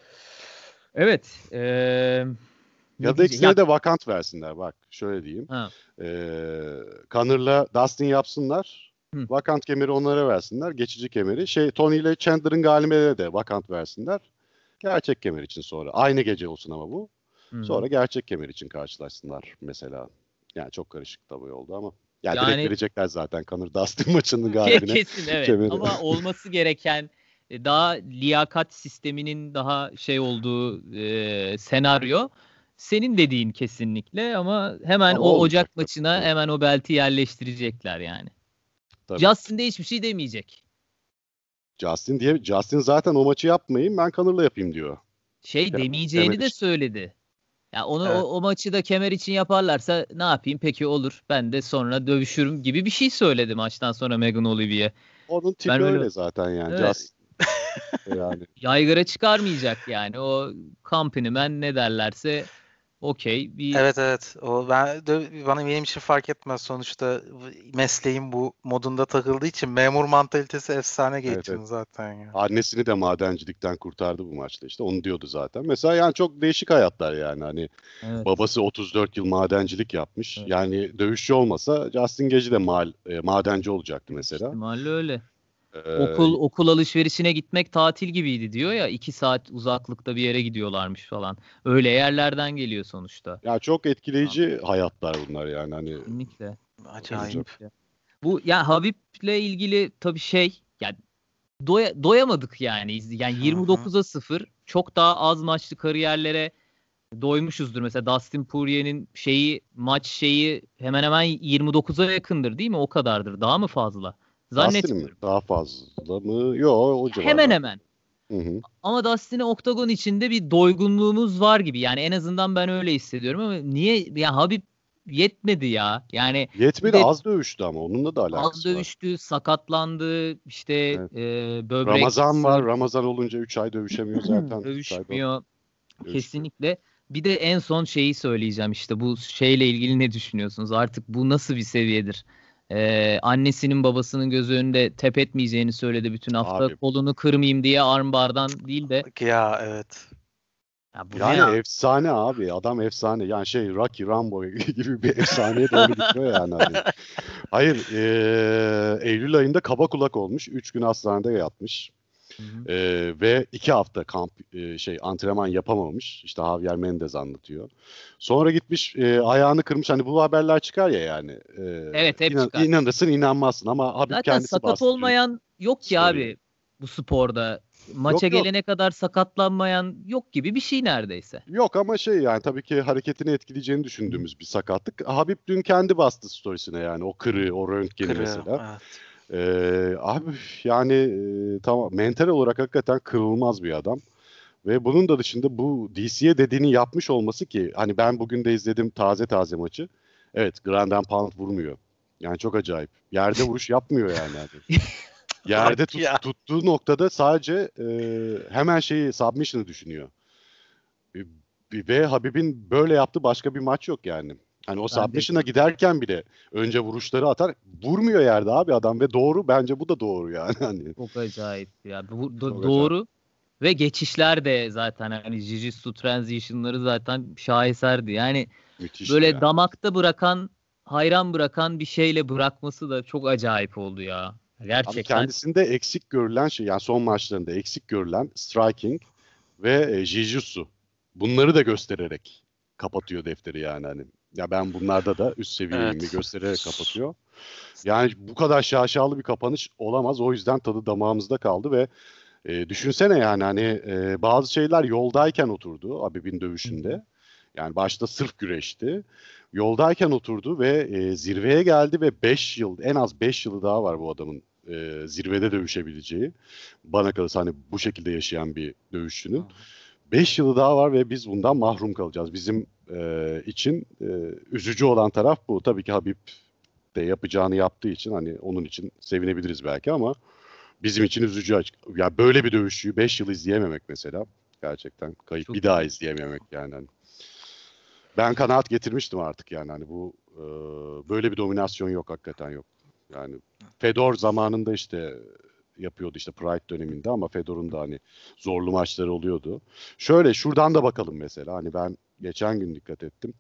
Evet. eee, ne Ya da diyeceğim? ikisine Ya, de vakant versinler bak. Şöyle diyeyim. ha. Ee, Connor'la Dustin yapsınlar. Hı. Vakant kemeri onlara versinler. Geçici kemeri. Şey Tony ile Chandler'ın galibine de vakant versinler. Gerçek kemer için sonra. Aynı gece olsun ama bu. Hı. Sonra gerçek kemer için karşılaşsınlar mesela. Yani çok karışık tabii oldu ama. Yani, Yani- direkt verecekler zaten Conor Dustin maçının galibine. Kesin evet. kemeri. Ama olması gereken e, daha liyakat sisteminin daha şey olduğu e, senaryo senin dediğin kesinlikle ama hemen Ama o olmayacak Ocak tabii. maçına Evet. hemen o belti yerleştirecekler yani. Tabii. Justin de hiçbir şey demeyecek. Justin diye Justin zaten o maçı yapmayayım ben Connor'la yapayım diyor. Şey Ya, demeyeceğini kemer de için. söyledi. Ya onu Evet. o, o maçı da kemer için yaparlarsa ne yapayım peki olur. Ben de sonra dövüşürüm gibi bir şey söyledi maçtan sonra Megan Olivier. Onun tipi Ben öyle- öyle zaten yani. Evet. Justin. yani Yaygara çıkarmayacak yani. O company man ne derlerse okey. Bir Evet evet. O ben de, bana benim için fark etmez sonuçta mesleğim bu modunda takıldığı için memur mantalitesi efsane Evet, geçti evet. zaten ya. Annesini de madencilikten kurtardı bu maçta işte. Onu diyordu zaten. Mesela yani çok değişik hayatlar yani. Hani evet. babası otuz dört yıl madencilik yapmış. Evet. Yani dövüşçü olmasa Justin Gage de mal, e, madenci olacaktı mesela. İhtimalle öyle. Ee, Okul okul alışverişine gitmek tatil gibiydi diyor ya. iki saat uzaklıkta bir yere gidiyorlarmış falan. Öyle yerlerden geliyor sonuçta. Ya çok etkileyici hayatlar bunlar yani. Hani Kesinlikle. Acayip. Kesinlikle. Bu ya Habib'le ilgili tabii şey yani doya, doyamadık yani. Yani Hı yirmi hı. dokuza sıfır çok daha az maçlı kariyerlere doymuşuzdur. Mesela Dustin Poirier'in şeyi maç şeyi hemen hemen yirmi dokuza yakındır değil mi? O kadardır. Daha mı fazla? Dustin'in mi? Zannetmiyorum. Daha fazla mı? Yok o Hemen civarlar. hemen. Hı hı. Ama Dustin'e oktagon içinde bir doygunluğumuz var gibi. Yani en azından ben öyle hissediyorum ama niye ya Habib yetmedi ya. Yani bir Yetmedi, de az dövüştü ama onunla da az alakası var. dövüştü, sakatlandı, işte Evet. e, böbrek, Ramazan var. sırt Ramazan olunca üç ay dövüşemiyor zaten. üç ay dört dövüşmüyor. dövüşmüyor. Kesinlikle. Bir de en son şeyi söyleyeceğim işte bu şeyle ilgili ne düşünüyorsunuz? Artık bu nasıl bir seviyedir? Ee, annesinin babasının gözü önünde tep etmeyeceğini söyledi bütün hafta. Abi Kolunu kırmayayım diye armbardan değil de Ya evet. ya bu ne yani ya? efsane abi. Adam efsane. Yani şey Rocky Rambo gibi bir efsaneye doğru gidiyor yani. Hani. Hayır. eee, Eylül ayında kaba kulak olmuş. Üç gün hastanede yatmış. Hı hı. Eee, ve iki hafta kamp eee, şey antrenman yapamamış. İşte Javier Mendez anlatıyor. Sonra gitmiş eee, ayağını kırmış. Hani bu haberler çıkar ya yani. Eee Evet hep inan, çıkar. inanırsın inanmazsın ama Habib Zaten kendisi sakat bahsediyor olmayan yok ki story'e. abi bu sporda. Maça Yok yok. gelene kadar sakatlanmayan yok gibi bir şey neredeyse. Yok ama şey yani tabii ki hareketini etkileyeceğini Hı hı. düşündüğümüz bir sakatlık. Habib dün kendi bastı storiesine yani o kırığı, o röntgeni Kırığı. mesela. Evet. Ee, abi yani e, tamam mental olarak hakikaten kırılmaz bir adam. Ve bunun da dışında bu D C'ye dediğini yapmış olması ki hani ben bugün de izledim taze taze maçı. Evet Grand and Pound vurmuyor. Yani çok acayip. Yerde vuruş yapmıyor yani. Hani. Yerde Bak tut, ya. tuttuğu noktada sadece e, hemen şeyi submission'ı düşünüyor. E, Ve Habib'in böyle yaptığı başka bir maç yok yani. Hani o Ben de submission'a giderken bile önce vuruşları atar. Vurmuyor yerde abi adam ve doğru. Bence bu da doğru yani. Hani çok acayip ya. Bu do- çok acayip. doğru. Ve geçişler de zaten hani Jiu-Jitsu transition'ları zaten şaheserdi. Yani Müthişti böyle ya. damakta bırakan, hayran bırakan bir şeyle bırakması da çok acayip oldu ya. Abi Gerçekten kendisinde eksik görülen şey yani son maçlarında eksik görülen striking ve e, jiu-jitsu. Bunları da göstererek kapatıyor defteri yani hani. Ya ben bunlarda da üst seviyeyim mi Evet. göstererek kapatıyor. Yani bu kadar şaşalı bir kapanış olamaz. O yüzden tadı damağımızda kaldı ve e, düşünsene yani hani e, bazı şeyler yoldayken oturdu Habib'in Hı hı. dövüşünde. Yani başta sırf güreşti. Yoldayken oturdu ve e, zirveye geldi ve beş yıl en az beş yılı daha var bu adamın e, zirvede dövüşebileceği. Bana kalırsa hani bu şekilde yaşayan bir Hı dövüşçünün. hı. beş yılı daha var ve biz bundan mahrum kalacağız. Bizim e, için e, üzücü olan taraf bu. Tabii ki Habib de yapacağını yaptığı için hani onun için sevinebiliriz belki ama bizim için üzücü açık. Ya böyle bir dövüşçüyü beş yıl izleyememek mesela gerçekten kayıp. Bir Çok daha üzücü. izleyememek yani. Hani ben kanaat getirmiştim artık yani hani bu e, böyle bir dominasyon yok hakikaten yok. Yani Fedor zamanında işte yapıyordu işte Pride döneminde ama Fedor'un da hani zorlu maçları oluyordu. Şöyle şuradan da bakalım mesela hani ben geçen gün dikkat ettim.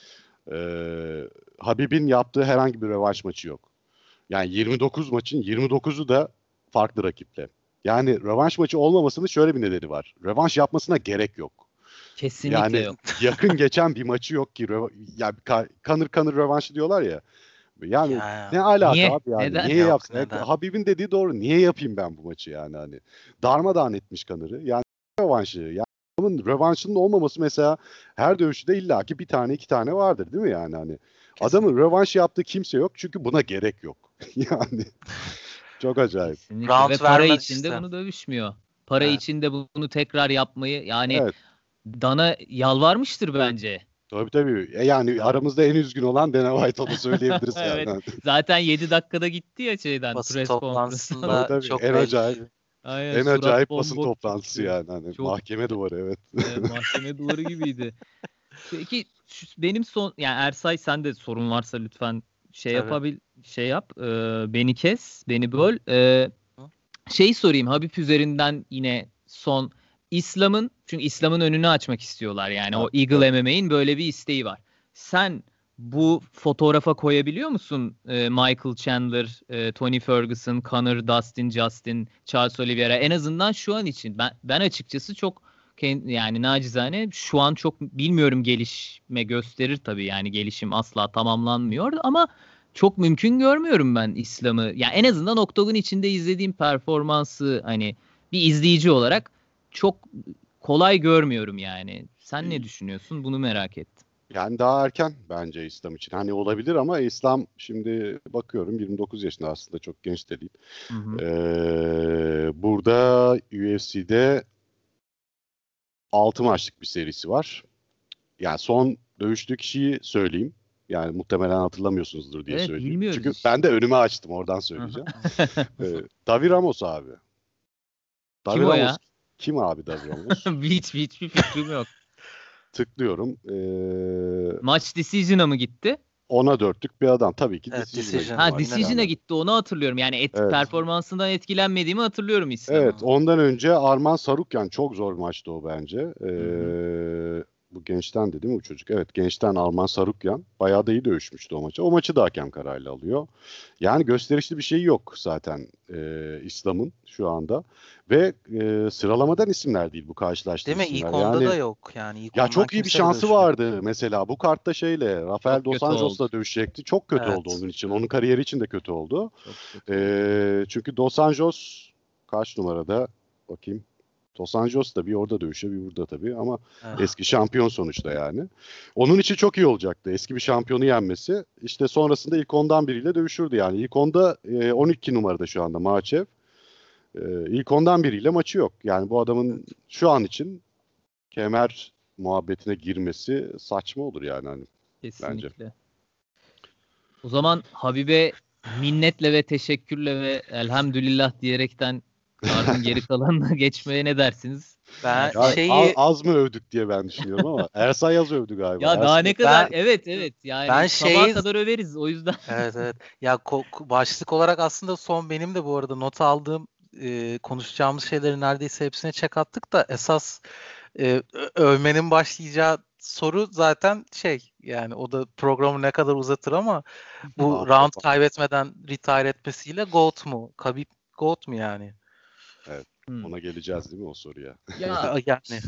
Ee, Habib'in yaptığı herhangi bir rövanş maçı yok. Yani yirmi dokuz maçın yirmi dokuzu da farklı rakiple. Yani rövanş maçı olmamasının şöyle bir nedeni var. Rövanş yapmasına gerek yok. Kesinlikle Yani yok. yakın geçen bir maçı yok ki. Röva- ya ka- kanır kanır rövanşı diyorlar ya. Yani Ya ne alaka Niye? abi yani? Neden? Niye yok yapsın? E, neden? Habib'in dediği doğru. Niye yapayım ben bu maçı yani hani? Darmadağın etmiş kanırı. Yani rövanşı. Yani adamın rövanşının olmaması mesela her dövüşçüde illaki bir tane iki tane vardır değil mi yani hani? Adamın Kesinlikle. rövanş yaptığı kimse yok çünkü buna gerek yok. Yani çok acayip. Kesinlikle ve Round para vermez içinde işte. bunu dövüşmüyor. Para Evet. içinde bunu tekrar yapmayı yani Evet. Dana yalvarmıştır bence. Tabii tabii. E yani Ya, aramızda en üzgün olan Dana White onu söyleyebiliriz Evet. yani. Zaten yedi dakikada gitti ya şeyden basın press konferansından. Tabii toplantısında tabii. çok En acayip. belliydi. Aynen En surat acayip basın bomboş toplantısı çıkıyor. yani hani Çok mahkeme duvarı evet. e, mahkeme duvarı gibiydi. Peki şu, benim son yani Ersay sen de sorun varsa lütfen şey Tabii. yapabil şey yap. E, beni kes, beni böl. E, şey sorayım Habib üzerinden yine son İslam'ın çünkü İslam'ın önünü açmak istiyorlar yani Evet, o Eagle evet. M M A'in böyle bir isteği var. Sen bu fotoğrafa koyabiliyor musun e, Michael Chandler, e, Tony Ferguson, Conor, Dustin, Justin, Charles Oliveira en azından şu an için ben ben açıkçası çok yani nacizane şu an çok bilmiyorum gelişme gösterir tabii yani gelişim asla tamamlanmıyor ama çok mümkün görmüyorum ben İslam'ı. Yani en azından Octagon içinde izlediğim performansı hani bir izleyici olarak çok kolay görmüyorum yani. Sen ne düşünüyorsun? Bunu merak ettim. Yani daha erken bence İslam için. Hani olabilir ama İslam şimdi bakıyorum yirmi dokuz yaşında aslında çok genç de değil. Hı hı. Ee, burada U F C'de altı maçlık bir serisi var. Yani son dövüştüğü kişiyi söyleyeyim. Yani muhtemelen hatırlamıyorsunuzdur diye Evet söyleyeyim. bilmiyoruz Çünkü işte. ben de önüme açtım oradan söyleyeceğim. ee, Davi Ramos abi. Kim Davi o Ramos ya? kim abi Davi Ramos? Hiç, hiçbir fikrim yok. Tıklıyorum. Ee, Maç Decision'a mı gitti? ona dörtlük bir adam. Tabii ki Evet, Decision'a Decision. gitti Ha maç. Winner. Decision'a Yani, gitti onu hatırlıyorum. Yani et, evet. performansından etkilenmediğimi hatırlıyorum İslam'ın. Evet, ondan önce Arman Sarukyan çok zor maçtı o bence. Ee, Hı hı. bu gençten de değil mi bu çocuk? Evet, gençten Arman Sarukyan. Bayağı da iyi dövüşmüştü o maçı. O maçı da hakem kararıyla alıyor. Yani gösterişli bir şey yok zaten e, İslam'ın şu anda. Ve e, sıralamadan isimler değil bu karşılaştığı Değil mi? isimler. İlk onda da Yani yok. Yani ilk ya ondan çok iyi bir kimseyle şansı dövüşmedi. vardı mesela. Bu kartta şeyle Rafael Çok Dos kötü oldu. Anjos'la dövüşecekti. Çok kötü oldu Evet. onun için. Onun kariyeri için de kötü oldu. Çok kötü oldu. Ee, çünkü Dos Anjos kaç numarada? Bakayım. Dos Anjos da bir orada dövüşüyor, bir burada tabii ama Evet. eski şampiyon sonuçta yani. Onun için çok iyi olacaktı eski bir şampiyonu yenmesi. İşte sonrasında ilk ondan biriyle dövüşürdü yani. İlk onda e, on iki numarada şu anda Makhachev. E, ilk ondan biriyle maçı yok. Yani bu adamın şu an için kemer muhabbetine girmesi saçma olur yani hani bence. Kesinlikle. O zaman Habib'e minnetle ve teşekkürle ve elhamdülillah diyerekten kardın geri kalanına geçmeye ne dersiniz? Ben Ya Ersay. az, şeyi az mı övdük diye ben düşünüyorum ama Ersay az övdü galiba. Ya daha Ersay, ne kadar ben evet evet yani ben sabaha şeyi kadar överiz o yüzden. evet evet. Ya ko- başlık olarak aslında son benim de bu arada not aldığım e, konuşacağımız şeyleri neredeyse hepsine check attık da esas e, ö- övmenin başlayacağı soru zaten şey yani o da programı ne kadar uzatır ama bu Rahatla round falan. kaybetmeden retire etmesiyle GOAT mu? Khabib GOAT mu yani? Evet. Hmm. Ona geleceğiz değil mi o soruya? Ya Yani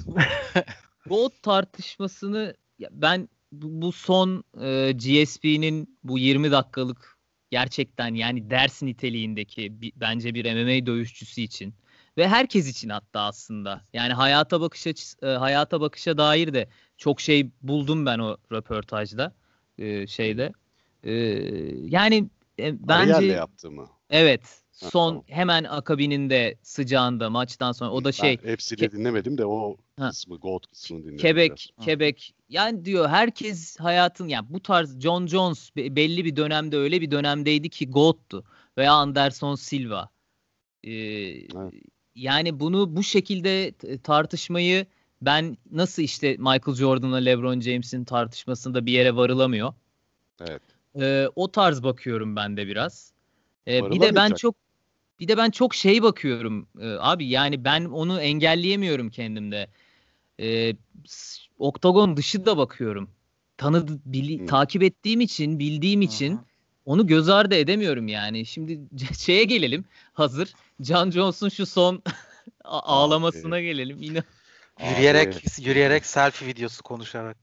GOAT tartışmasını ya ben bu, bu son e, G S P'nin bu yirmi dakikalık gerçekten yani ders niteliğindeki bir, bence bir M M A dövüşçüsü için ve herkes için hatta aslında yani hayata bakış açısı e, hayata bakışa dair de çok şey buldum ben o röportajda e, şeyde E, yani e, Ariel'le bence yaptığımı. evet Ha, son tamam. hemen akabininde sıcağında maçtan sonra o Hı, da ben şey hepsini ke- dinlemedim de o ha, kısmı, Goat kısmını dinledim biraz. Quebec, Quebec. Yani diyor herkes hayatın yani bu tarz John Jones be- belli bir dönemde öyle bir dönemdeydi ki GOAT'tu veya Anderson Silva. Ee, Evet, yani bunu bu şekilde t- tartışmayı ben nasıl işte Michael Jordan'la LeBron James'in tartışmasında bir yere varılamıyor. evet. Ee, o tarz bakıyorum ben de biraz. Ee, bir de ben Varılamayacak. çok bir de ben çok şey bakıyorum Ee, abi yani ben onu engelleyemiyorum kendimde. Ee, s- Oktagon dışı da bakıyorum. Tanı, bili- Hı. takip ettiğim için, bildiğim hı için hı. onu göz ardı edemiyorum yani. Şimdi şeye gelelim. Hazır. John Jones'un şu son a- Abi, ağlamasına gelelim. Yine abi. Yürüyerek yürüyerek selfie videosu konuşarak.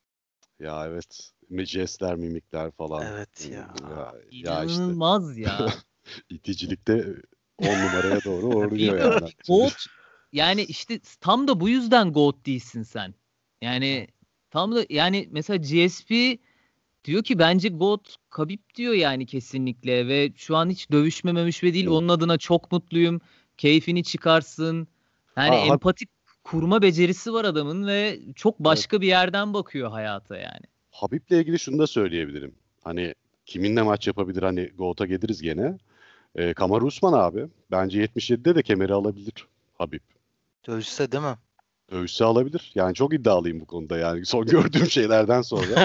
Ya evet. Mi- Jestler, mimikler falan. Hı, Evet ya. Ya, ya işte. inanılmaz ya. İticilikte on numaraya doğru Ya oynuyor bilmiyorum. yani. GOAT yani işte tam da bu yüzden GOAT değilsin sen. Yani tam da yani mesela G S P diyor ki bence GOAT Khabib diyor yani kesinlikle ve şu an hiç dövüşme mövüşme değil Hı. onun adına çok mutluyum. Keyfini çıkarsın. Yani Ha, ha, empatik kurma becerisi var adamın ve çok evet. başka bir yerden bakıyor hayata yani. Habib'le ilgili şunu da söyleyebilirim. Hani kiminle maç yapabilir hani Goat'a geliriz gene. E, Kamaru Usman abi. Bence yetmiş yedide de kemeri alabilir Habib. Dövüşse değil mi? Dövüşse alabilir. Yani çok iddialıyım bu konuda yani. Son gördüğüm şeylerden sonra.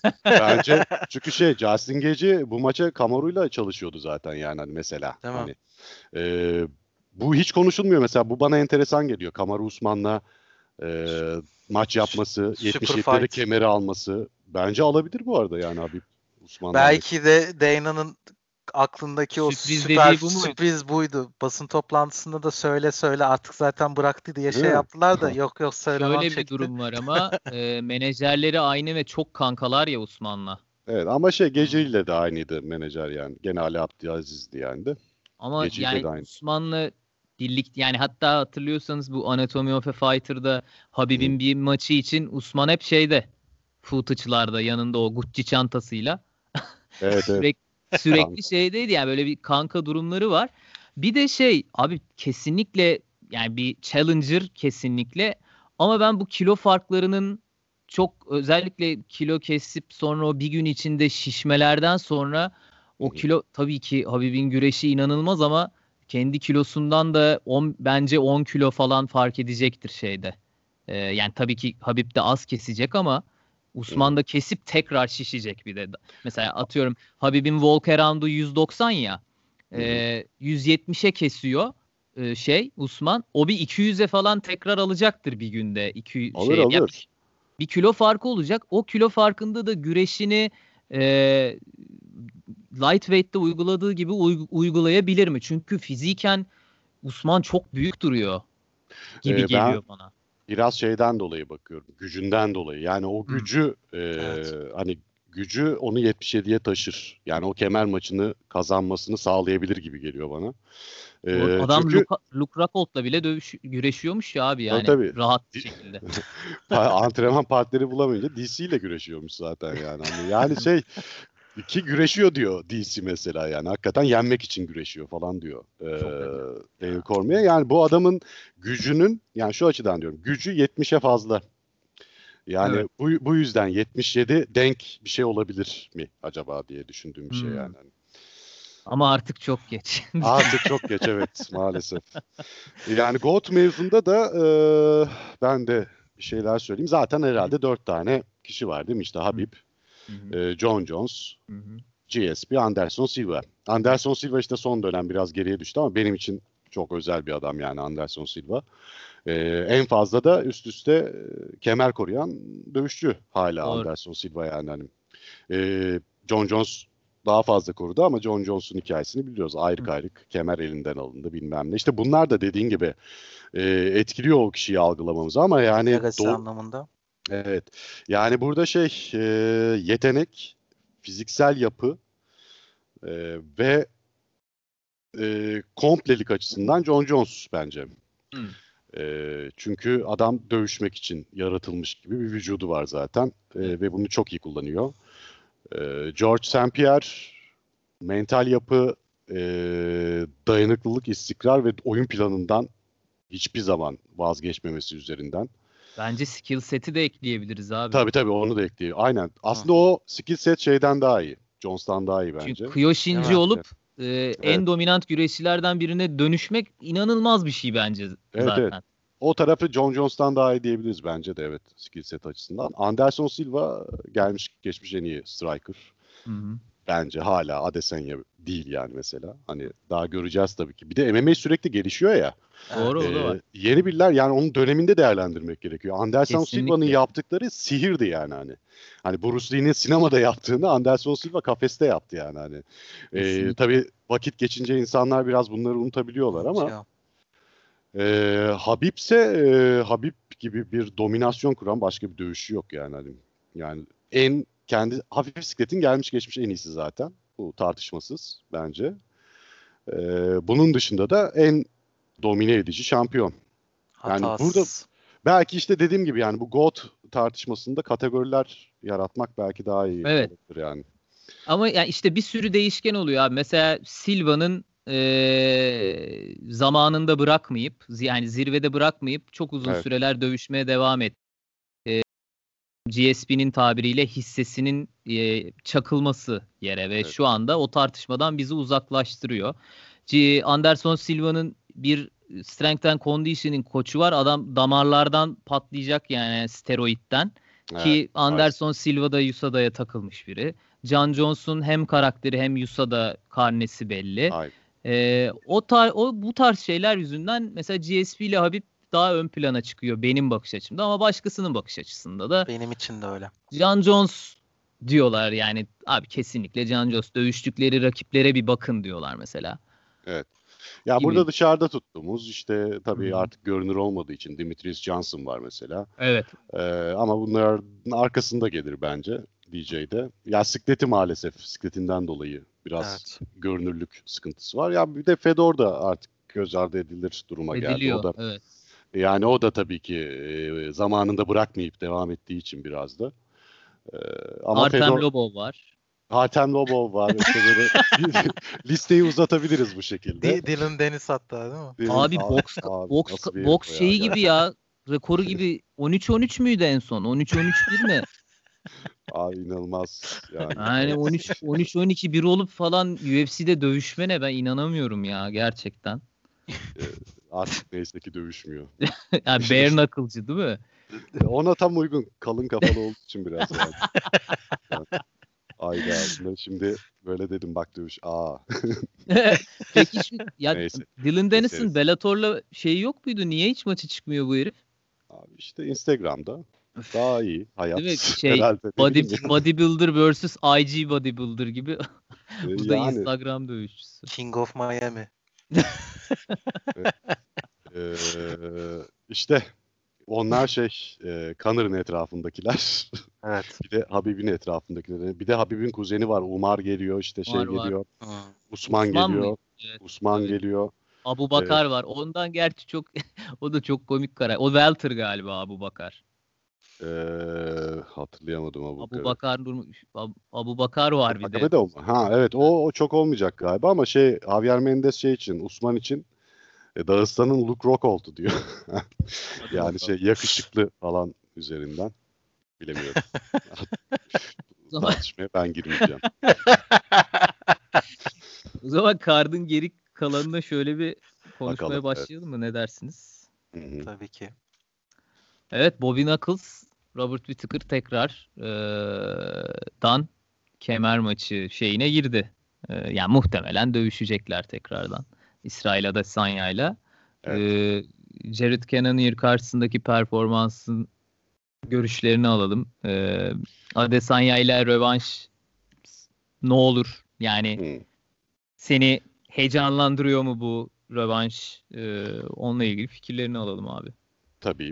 Bence çünkü şey Justin Gage'i bu maça Kamaru'yla çalışıyordu zaten yani hani mesela. Değil mi? Hani e, bu hiç konuşulmuyor mesela. Bu bana enteresan geliyor. Kamaru Usman'la e, maç yapması, Super yetmiş yedide de fight. kemeri alması. Bence alabilir bu arada yani Habib Usman'dan. Belki de Dana'nın aklındaki o Sürpriz süper dediği bu muydu? sürpriz buydu. Basın toplantısında da söyle söyle artık zaten bıraktı diye Değil şey mi? yaptılar da yok yok söylemem Şöyle bir çekti. durum var ama e, menajerleri aynı ve çok kankalar ya Usman'la. Evet ama şey Hmm. Gece'yle de aynıydı menajer yani. Gene Ali Abdülaziz'di yani de. Ama Gece'yle yani de aynı. Usman'la birlik yani hatta hatırlıyorsanız bu Anatomy of a Fighter'da Hı. Habib'in bir maçı için Usman hep şeyde footage'larda yanında o Gucci çantasıyla Evet evet. sürekli sürekli Kanka. şeydeydi yani böyle bir kanka durumları var. Bir de şey abi kesinlikle yani bir challenger kesinlikle ama ben bu kilo farklarının çok özellikle kilo kesip sonra o bir gün içinde şişmelerden sonra Hı o hı. kilo tabii ki Habib'in güreşi inanılmaz ama kendi kilosundan da on, bence on kilo falan fark edecektir şeyde. Ee, yani tabii ki Habib de az kesecek ama Hı hı. Usman da kesip tekrar şişecek bir de. Mesela atıyorum Habib'in walk around'u yüz doksan ya. Hı hı. E, yüz yetmişe kesiyor e, şey Usman. O bir iki yüze falan tekrar alacaktır bir günde. iki Alır şey ya alır. bir kilo farkı olacak. O kilo farkında da güreşini e, lightweight'te uyguladığı gibi uy- uygulayabilir mi? Çünkü fiziken Usman çok büyük duruyor gibi Ee, ben geliyor bana. biraz şeyden dolayı bakıyorum. Gücünden dolayı. Yani o Hmm. gücü e, Evet. hani gücü onu yetmiş yediye taşır. Yani o kemer maçını kazanmasını sağlayabilir gibi geliyor bana. O E, adam çünkü Luke, Luke Rockhold'la bile dövüş, güreşiyormuş ya abi tabii yani tabii rahat bir Di- şekilde. pa- antrenman partneri bulamayınca D C ile güreşiyormuş zaten yani. Hani yani şey ki güreşiyor diyor D C mesela yani. Hakikaten yenmek için güreşiyor falan diyor. Çok acayip Ee, Daniel ya. Cormier. Yani bu adamın gücünün yani şu açıdan diyorum. Gücü yetmişe fazla. Yani Evet. bu, bu yüzden yetmiş yedi denk bir şey olabilir mi acaba diye düşündüğüm bir şey Hmm. yani. Hani Ama artık çok geç. artık çok geç evet maalesef. Yani GOAT mevzunda da e, ben de bir şeyler söyleyeyim. Zaten herhalde dört tane kişi var değil mi? İşte Hı Habib, hı. e, John Jones, Hı hı. G S P, Anderson Silva. Anderson Silva işte son dönem biraz geriye düştü ama benim için çok özel bir adam yani Anderson Silva. Ee, en fazla da üst üste e, kemer koruyan dövüşçü hala Doğru. Anderson Silva yani. Hani. Ee, John Jones daha fazla korudu ama John Jones'un hikayesini biliyoruz. Ayrık Hı. ayrık kemer elinden alındı bilmem ne. İşte bunlar da dediğin gibi e, etkiliyor o kişiyi algılamamızı ama yani Legacy do anlamında. evet yani burada şey e, yetenek, fiziksel yapı e, ve e, komplelik açısından John Jones bence. Hı. E, çünkü adam dövüşmek için yaratılmış gibi bir vücudu var zaten E, Evet. ve bunu çok iyi kullanıyor. E, George Saint Pierre mental yapı, e, dayanıklılık, istikrar ve oyun planından hiçbir zaman vazgeçmemesi üzerinden. Bence skill set'i de ekleyebiliriz abi. Tabii tabii onu da ekliyor. Aynen. Hı Aslında hı. o skill set şeyden daha iyi. Jones'tan daha iyi Çünkü bence. Değil Kyokushinci mi? olup Evet. e, Evet. en dominant güreşçilerden birine dönüşmek inanılmaz bir şey bence Evet, evet. zaten. O tarafı John Jones'tan daha iyi diyebiliriz bence de evet skill set açısından. Anderson Silva gelmiş geçmiş en iyi striker. Hı hı. Bence hala Adesanya değil yani mesela. Hani daha göreceğiz tabii ki. Bir de M M A sürekli gelişiyor ya. Doğru Evet. o da var. Ee, yeni biriler yani onun döneminde değerlendirmek gerekiyor. Anderson Silva'nın Kesinlikle. yaptıkları sihirdi yani hani. Hani Bruce Lee'nin sinemada yaptığını Anderson Silva kafeste yaptı yani hani. Ee, Kesinlikle. tabii vakit geçince insanlar biraz bunları unutabiliyorlar ama Unutuyor. ee, Habib ise e, Habib gibi bir dominasyon kuran başka bir dövüşçü yok yani hani. Yani en kendi hafif bisikletin gelmiş geçmiş en iyisi zaten. Bu tartışmasız bence. Ee, bunun dışında da en domine edici şampiyon. Yani burada Hatasız. belki işte dediğim gibi yani bu GOAT tartışmasında kategoriler yaratmak belki daha iyi Evet. olabilir yani. Ama yani işte bir sürü değişken oluyor abi. Mesela Silva'nın eee, zamanında bırakmayıp yani zirvede bırakmayıp çok uzun Evet, süreler dövüşmeye devam etti. G S P'nin tabiriyle hissesinin eee, çakılması yere ve evet. şu anda o tartışmadan bizi uzaklaştırıyor. G- Anderson Silva'nın bir strength and conditioning koçu var. Adam damarlardan patlayacak yani steroidden. Evet, Ki Anderson Silva da U S A Da'ya takılmış biri. John Jones'un hem karakteri hem U S A Da karnesi belli. Ee, o tar o bu tarz şeyler yüzünden mesela G S P ile Habib daha ön plana çıkıyor benim bakış açımda ama başkasının bakış açısında da. Benim için de öyle. John Jones diyorlar yani abi kesinlikle John Jones dövüştükleri rakiplere bir bakın diyorlar mesela. Evet. Ya gibi. Burada dışarıda tuttuğumuz işte tabii Hı-hı. artık görünür olmadığı için Demetrius Johnson var mesela. Evet. Ee, ama bunların arkasında gelir bence D J'de. Ya sikleti maalesef sikletinden dolayı biraz Evet. görünürlük sıkıntısı var. Ya bir de Fedor da artık göz ardı edilir duruma Ediliyor, geldi. O da evet. yani o da tabii ki e, zamanında bırakmayıp devam ettiği için biraz da. Ee, ama Artem Fedor Lobov var. Artem Lobov var. İşte böyle listeyi uzatabiliriz bu şekilde. D- Dylan Dennis hatta değil mi? Dylan, Abi a- boks abi, boks nasıl bir boks herif o ya şeyi gibi ya. Rekoru gibi on üç on üç müydü en son? on üç on üç bir mi? Abi inanılmaz yani. Yani on üç on üç on iki bir olup falan U F C'de dövüşmene ben inanamıyorum ya gerçekten. Ee, artık neyse ki dövüşmüyor. Yani bare knuckle'cı değil mi? Ona tam uygun. Kalın kafalı olduğu için biraz yani. yani ayda bunları şimdi böyle dedim bak dövüş. Aa. Peki şu ya Neyse. Dylan Dennis'in Keseriz. Bellator'la şeyi yok muydu? Niye hiç maçı çıkmıyor bu herif? Abi işte Instagram'da daha iyi hayat. Değil mi? Şey Herhalde, ne body, bileyim ya. Bodybuilder versus I G bodybuilder gibi. Ee, Bu da yani Instagram dövüşçüsü. King of Miami. e, işte onlar şey e, Connor'ın etrafındakiler. Evet. Bir de Habib'in etrafındakiler. Bir de Habib'in kuzeni var. Umar geliyor işte şey Var, var. geliyor. Hmm. Usman, Osman geliyor. mıydı? Evet, Usman evet. geliyor. Abu Bakar var. Ondan gerçi çok o da çok komik karakter. O Welter galiba Abu Bakar. Ee, hatırlayamadım Abu Abu Bakar'ı. Bakar durmuş. Ab- Abu Bakar var bir de. Akabe de o. Ha evet o, o çok olmayacak galiba ama şey Javier Mendes şey için Usman için e, Dağıstan'ın Luke Rockhold'u diyor. Hadi yani bakalım. şey yakışıklı falan üzerinden bilemiyorum. O zaman, Tartışmaya ben girmeyeceğim. o zaman Card'ın geri kalanına şöyle bir konuşmaya Bakalım, başlayalım mı? Ne dersiniz? Hı-hı. Tabii ki. Evet, Bobby Knuckles, Robert Whittaker tekrar ee, dan kemer maçı şeyine girdi. Ee, yani muhtemelen dövüşecekler tekrardan. İsrail Adesanya'yla. Evet. Ee, Jared Cannonier karşısındaki performansın görüşlerini alalım. Ee, Adesanya ile rövanş ne olur? Yani Hı. seni heyecanlandırıyor mu bu rövanş? Ee, onunla ilgili fikirlerini alalım abi. Tabii.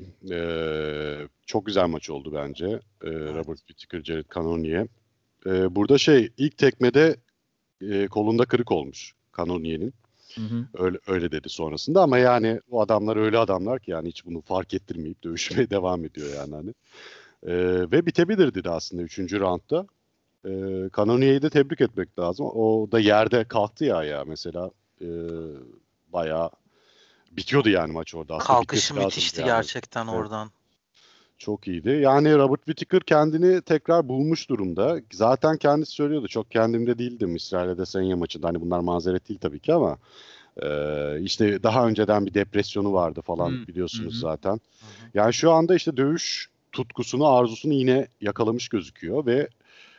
Ee, çok güzel maç oldu bence. Ee, Evet. Robert Whittaker, Jared Cannonier. Ee, burada şey ilk tekmede e, kolunda kırık olmuş Cannonier'in. Hı hı. Öyle, öyle dedi sonrasında ama yani o adamlar öyle adamlar ki yani hiç bunu fark ettirmeyip dövüşmeye devam ediyor yani hani. Ee, ve bitebilirdi de aslında üçüncü roundda. Ee, Cannonier'i de tebrik etmek lazım. O da yerde kalktı ya ya mesela e, bayağı bitiyordu yani maç orada. Aslında Kalkışı bitmesi lazımdı müthişti yani. gerçekten Evet. oradan. Çok iyiydi. Yani Robert Whittaker kendini tekrar bulmuş durumda. Zaten kendisi söylüyordu. Çok kendimde değildim İsrail Adesanya maçında. Hani bunlar mazeret değil tabii ki ama e, işte daha önceden bir depresyonu vardı falan Hı, biliyorsunuz hı hı. zaten. Hı hı. Yani şu anda işte dövüş tutkusunu, arzusunu yine yakalamış gözüküyor ve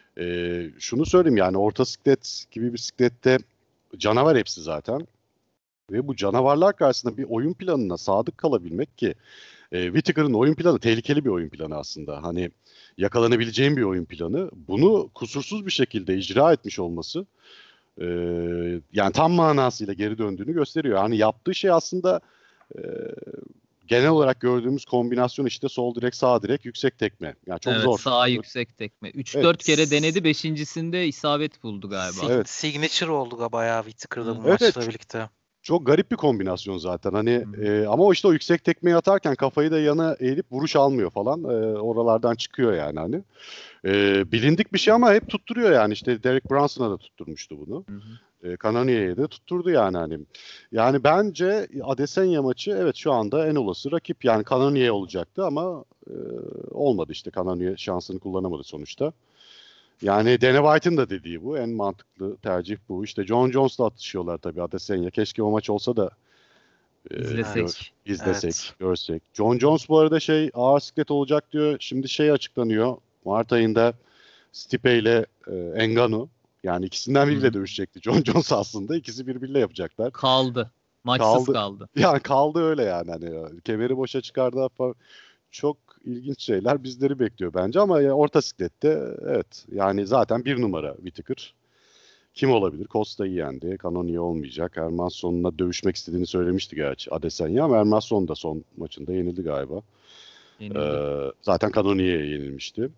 e, şunu söyleyeyim yani orta siklet gibi bisiklette canavar hepsi zaten. Ve bu canavarlar karşısında bir oyun planına sadık kalabilmek ki e, Whittaker'ın oyun planı tehlikeli bir oyun planı aslında. Hani yakalanabileceğin bir oyun planı. Bunu kusursuz bir şekilde icra etmiş olması e, yani tam manasıyla geri döndüğünü gösteriyor. Hani yaptığı şey aslında e, genel olarak gördüğümüz kombinasyon işte sol direk sağ direk yüksek tekme. Yani çok Evet, zor. sağ yüksek tekme. üç dört Evet. kere denedi. Beşincisinde isabet buldu galiba. Sig- Evet. Signature oldu galiba bayağı Whittaker'da bu Evet, maçla evet. birlikte. Çok garip bir kombinasyon zaten. Hani Hı hı. e, ama o işte o yüksek tekmeyi atarken kafayı da yana eğilip vuruş almıyor falan. E, oralardan çıkıyor yani hani. E, bilindik bir şey ama hep tutturuyor yani. İşte Derek Brunson'a da tutturmuştu bunu. Hı hı. E, Cannonier'e de tutturdu yani hani. Yani bence Adesanya maçı evet şu anda en olası rakip. Yani Cannonier olacaktı ama e, olmadı işte. Cannonier şansını kullanamadı sonuçta. Yani Dana White'ın da dediği bu. En mantıklı tercih bu. İşte John Jones'la atışıyorlar tabii Adesanya. Keşke o maç olsa da e, İzlesek. gör- izlesek, Evet. görsek. John Jones bu arada şey ağır siklet olacak diyor. Şimdi şey açıklanıyor. Mart ayında Stipe ile e, Ngannou. Yani ikisinden biriyle Hı. dövüşecekti. John Jones aslında ikisi birbiriyle yapacaklar. Kaldı. Maçsız Kaldı. kaldı. Yani kaldı öyle yani. Hani ya, kemeri boşa çıkardı falan. Çok ilginç şeyler bizleri bekliyor bence ama ya orta siklette evet. Yani zaten bir numara Whittaker. Kim olabilir? Costa'yı yendi. Cannonier olmayacak. Hermansson'la dövüşmek istediğini söylemişti gerçi Adesanya ama Hermansson da son maçında yenildi galiba. Yenildi. Ee, zaten Cannonier'e yenilmişti.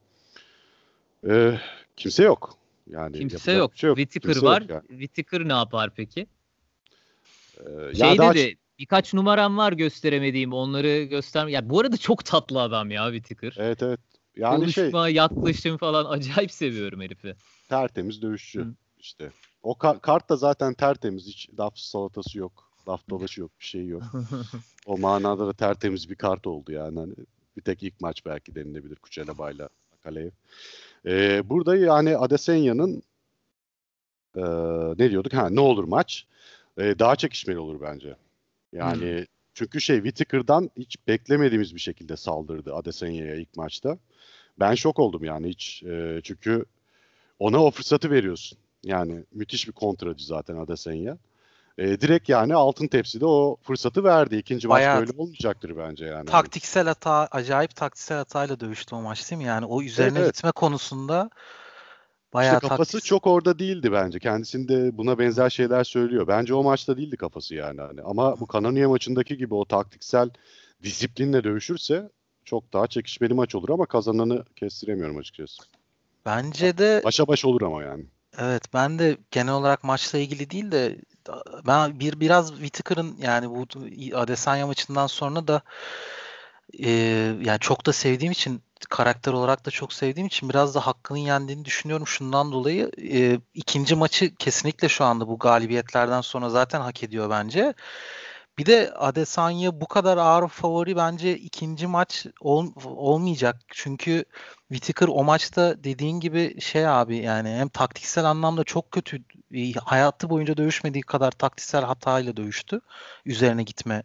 Ee, kimse yok. Yani Kimse yapacak yok. bir şey yok. Whittaker Kimse var. yok yani. Whittaker ne yapar peki? Ee, ya Şey daha dedi, birkaç numaram var gösteremediğim, onları göster. Ya bu arada çok tatlı adam ya Whittaker. evet evet. Yani şey Konuşma, yaklaşım falan acayip seviyorum herifi. tertemiz dövüşçü Hı. işte. O ka- kart da zaten tertemiz. Hiç laf salatası yok. Laf dolaşı yok. Bir şey yok. O manada da tertemiz bir kart oldu yani. Hani bir tek ilk maç belki denilebilir Kuchelaba'yla Akalev. Ee, burada yani Adesanya'nın e, ne diyorduk? Ha, ne olur maç? Ee, daha çekişmeli olur bence. Yani Hmm. çünkü şey Whittaker'dan hiç beklemediğimiz bir şekilde saldırdı Adesanya'ya ilk maçta. Ben şok oldum yani hiç. E, çünkü ona o fırsatı veriyorsun. Yani müthiş bir kontracı zaten Adesanya. E, direkt yani altın tepside o fırsatı verdi. İkinci maç Bayağı böyle olmayacaktır bence yani. Hani, taktiksel hata, acayip taktiksel hatayla dövüştü o maç değil mi? Yani o evet üzerine evet. gitme konusunda İşte bayağı kafası taktiksel. çok orada değildi bence. Kendisinde buna benzer şeyler söylüyor. Bence o maçta değildi kafası yani. Hani. Ama bu Cannonier maçındaki gibi o taktiksel disiplinle dövüşürse çok daha çekişmeli maç olur ama kazananı kestiremiyorum açıkçası. Bence de Başa baş olur ama yani. evet, ben de genel olarak maçla ilgili değil de ben bir biraz Whittaker'ın yani bu Adesanya maçından sonra da e, yani çok da sevdiğim için, karakter olarak da çok sevdiğim için biraz da hakkının yendiğini düşünüyorum. Şundan dolayı e, ikinci maçı kesinlikle şu anda bu galibiyetlerden sonra zaten hak ediyor bence. Bir de Adesanya bu kadar ağır favori bence ikinci maç ol- olmayacak. Çünkü Whittaker o maçta dediğin gibi şey abi, yani hem taktiksel anlamda çok kötü, e, hayatı boyunca dövüşmediği kadar taktiksel hatayla dövüştü. Üzerine gitme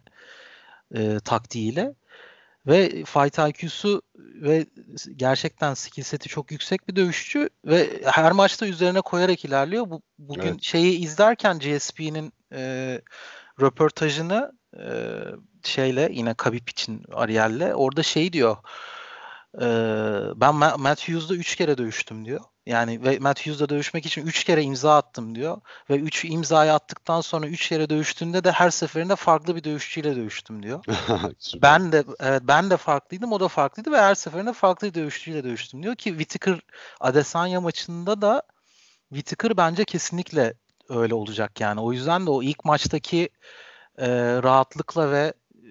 e, taktiğiyle. Ve fight I Q'su ve gerçekten skill seti çok yüksek bir dövüşçü ve her maçta üzerine koyarak ilerliyor. Bu, bugün Evet. şeyi izlerken G S P'nin e, röportajını e, şeyle, yine Khabib için Ariel'le, orada şey diyor. e, ben Ma- Matt Hughes'da üç kere dövüştüm diyor. Yani ve Matt Hughes'da dövüşmek için üç kere imza attım diyor. Ve üç imzayı attıktan sonra üç kere dövüştüğünde de her seferinde farklı bir dövüşçüyle dövüştüm diyor. Süper. Ben de evet, ben de farklıydım, o da farklıydı ve her seferinde farklı bir dövüşçüyle dövüştüm diyor ki Whittaker Adesanya maçında da Whittaker bence kesinlikle öyle olacak yani. O yüzden de o ilk maçtaki e, rahatlıkla ve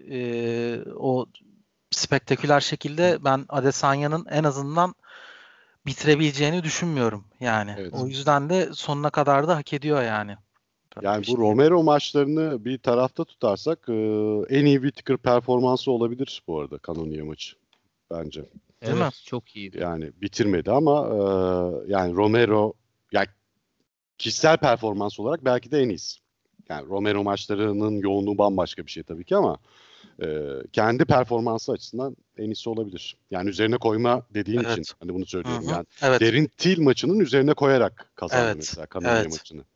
e, o spektaküler şekilde ben Adesanya'nın en azından bitirebileceğini düşünmüyorum yani. Evet. O yüzden de sonuna kadar da hak ediyor yani. Yani bu Şey, Romero maçlarını bir tarafta tutarsak e, en iyi Whittaker performansı olabilir bu arada Cannonier maçı bence. değil mi? Evet, çok iyiydi. Yani bitirmedi ama e, yani Romero yani kişisel performans olarak belki de en iyisi. Yani Romero maçlarının yoğunluğu bambaşka bir şey tabii ki ama e, kendi performansı açısından en iyisi olabilir. Yani üzerine koyma dediğin için Evet. hani bunu Hı söylüyorum. hı. Yani Evet. Derin Till maçının üzerine koyarak kazandı Evet. mesela Cannonier Evet. maçını.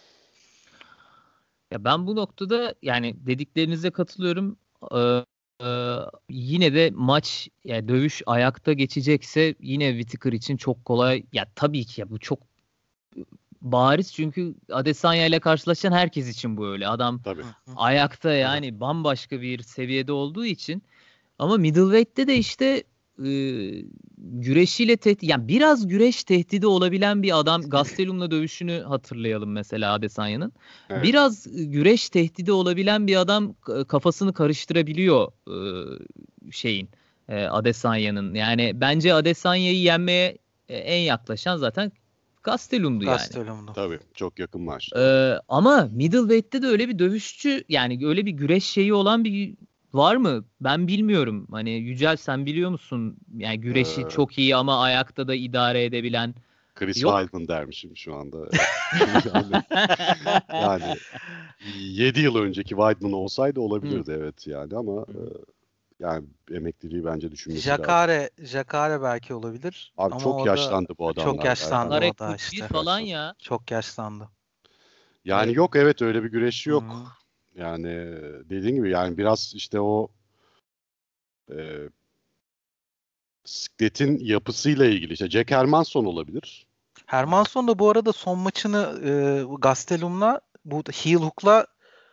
Ya ben bu noktada yani dediklerinize katılıyorum. Ee, e, yine de maç, yani dövüş ayakta geçecekse yine Whittaker için çok kolay. Ya tabii ki ya bu çok bariz, çünkü Adesanya ile karşılaşan herkes için bu öyle. Adam Tabii. Hı hı. ayakta Tabii. yani bambaşka bir seviyede olduğu için. Ama middleweight'te de işte e, güreşiyle tehdit, yani biraz güreş tehdidi olabilen bir adam. Gastelum'la dövüşünü hatırlayalım mesela Adesanya'nın. Evet. Biraz e, güreş tehdidi olabilen bir adam, k- kafasını karıştırabiliyor e, şeyin e, Adesanya'nın. Yani bence Adesanya'yı yenmeye e, en yaklaşan zaten Gastelum'du yani. Gastelum'du. Tabii. Çok yakın maç. Doğru. Ee, ama middleweight'te de öyle bir dövüşçü, yani öyle bir güreş şeyi olan bir var mı? Ben bilmiyorum. Hani Yücel, sen biliyor musun? Yani güreşi Ee, çok iyi ama ayakta da idare edebilen. Chris Yok. Weidman dermişim şu anda. yani, yani yedi yıl önceki Weidman olsaydı olabilirdi Hı. evet yani ama e, yani emekliliği bence düşünmesi lazım. Jacare, Jacare belki olabilir. Abi ama çok o yaşlandı da, bu adamlar. Çok yaşlandı yani. o da işte. falan ya. Çok yaşlandı. Yani Evet. yok evet öyle bir güreşçi yok. Hı-hı. Yani dediğin gibi yani biraz işte o e, sikletin yapısıyla ilgili. İşte Jack Hermanson olabilir. Hermanson da bu arada son maçını e, Gastelum'la bu heel hook'la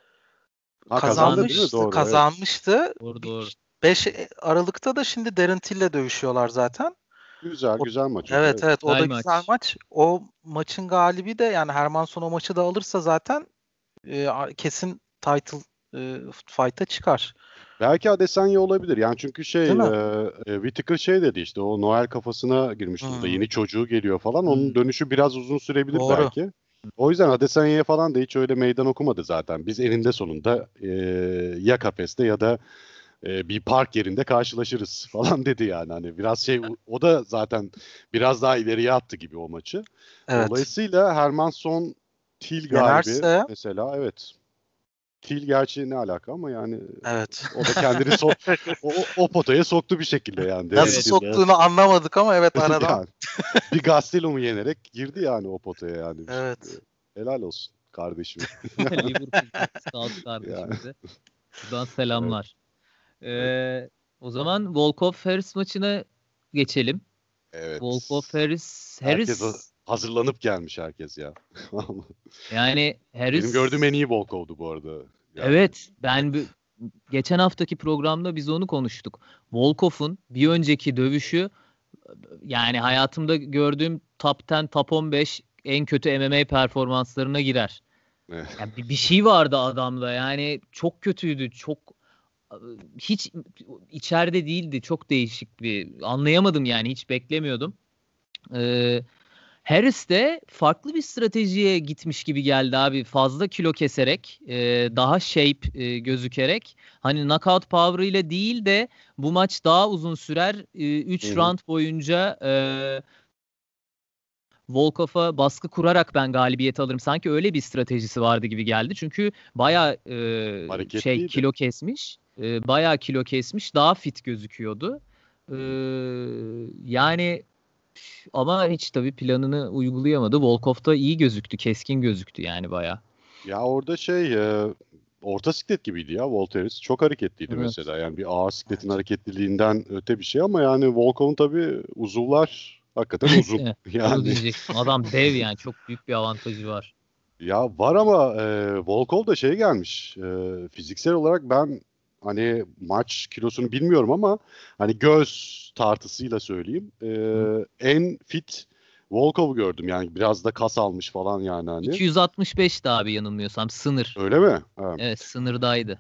Ha, kazandı değil mi? kazanmıştı. Doğru. Kazanmıştı. Doğru doğru. beş Aralık'ta da şimdi Darren Till'le dövüşüyorlar zaten. Güzel O, güzel maç. evet Evet. evet o da Güzel güzel maç. maç. O maçın galibi de yani Hermanson o maçı da alırsa zaten e, kesin title e, fight'a çıkar. Belki Adesanya olabilir. Yani çünkü şey Değil mi? e, e, Whittaker şey dedi işte o Noel kafasına girmiş durumda. Hmm. Yeni çocuğu geliyor falan. Onun Hmm. dönüşü biraz uzun sürebilir Doğru. belki. O yüzden Adesanya'ya falan da hiç öyle meydan okumadı zaten. Biz eninde sonunda e, ya kafeste ya da e, bir park yerinde karşılaşırız falan dedi yani. Hani biraz şey o da zaten biraz daha ileriye attı gibi o maçı. Evet. Dolayısıyla Hermanson Till galibi Yenerse mesela evet. Til gerçi ne alaka ama yani evet. o da kendini so o, o potaya soktu bir şekilde yani. Nasıl Evet. soktuğunu anlamadık ama evet aradan. yani, bir Gastelum'u yenerek girdi yani o potaya yani. Evet. Helal olsun kardeşim. Liverpool scout yani. kardeşimize. Buradan selamlar. Evet. Ee, Evet. O zaman Volkov Harris maçına geçelim. Evet. Volkov Harris Herkes Harris hazırlanıp gelmiş herkes ya. yani Benim Harris gördüğüm en iyi Volkov'du bu arada. Yani. evet ben bu- geçen haftaki programda biz onu konuştuk. Volkov'un bir önceki dövüşü yani hayatımda gördüğüm top on, top on beş en kötü M M A performanslarına girer. Yani bir, bir şey vardı adamda yani çok kötüydü. Çok hiç içeride değildi. Çok değişik bir anlayamadım yani hiç beklemiyordum. Ee, Harris de farklı bir stratejiye gitmiş gibi geldi abi. Fazla kilo keserek, e, daha shape e, gözükerek. Hani knockout power ile değil de bu maç daha uzun sürer. üç round boyunca e, Volkov'a baskı kurarak ben galibiyet alırım. Sanki öyle bir stratejisi vardı gibi geldi. Çünkü bayağı e, şey kilo kesmiş. E, bayağı kilo kesmiş. Daha fit gözüküyordu. E, yani ama hiç tabii planını uygulayamadı. Volkov da iyi gözüktü. Keskin gözüktü yani bayağı. Ya orada şey e, orta siklet gibiydi ya Volteris. Çok hareketliydi Evet. mesela. Yani bir ağır sikletin hareketliliğinden öte bir şey ama yani Volkov'un tabii uzuvlar hakikaten uzun. Onu yani diyecektim. Adam dev yani. Çok büyük bir avantajı var. ya var ama e, Volkov da şey gelmiş. E, fiziksel olarak ben hani maç kilosunu bilmiyorum ama hani göz tartısıyla söyleyeyim. E, Hı. en fit Volkov'u gördüm. Yani biraz da kas almış falan yani hani. iki yüz altmış beşti abi yanılmıyorsam. Sınır. Öyle mi? Ha. Evet sınırdaydı.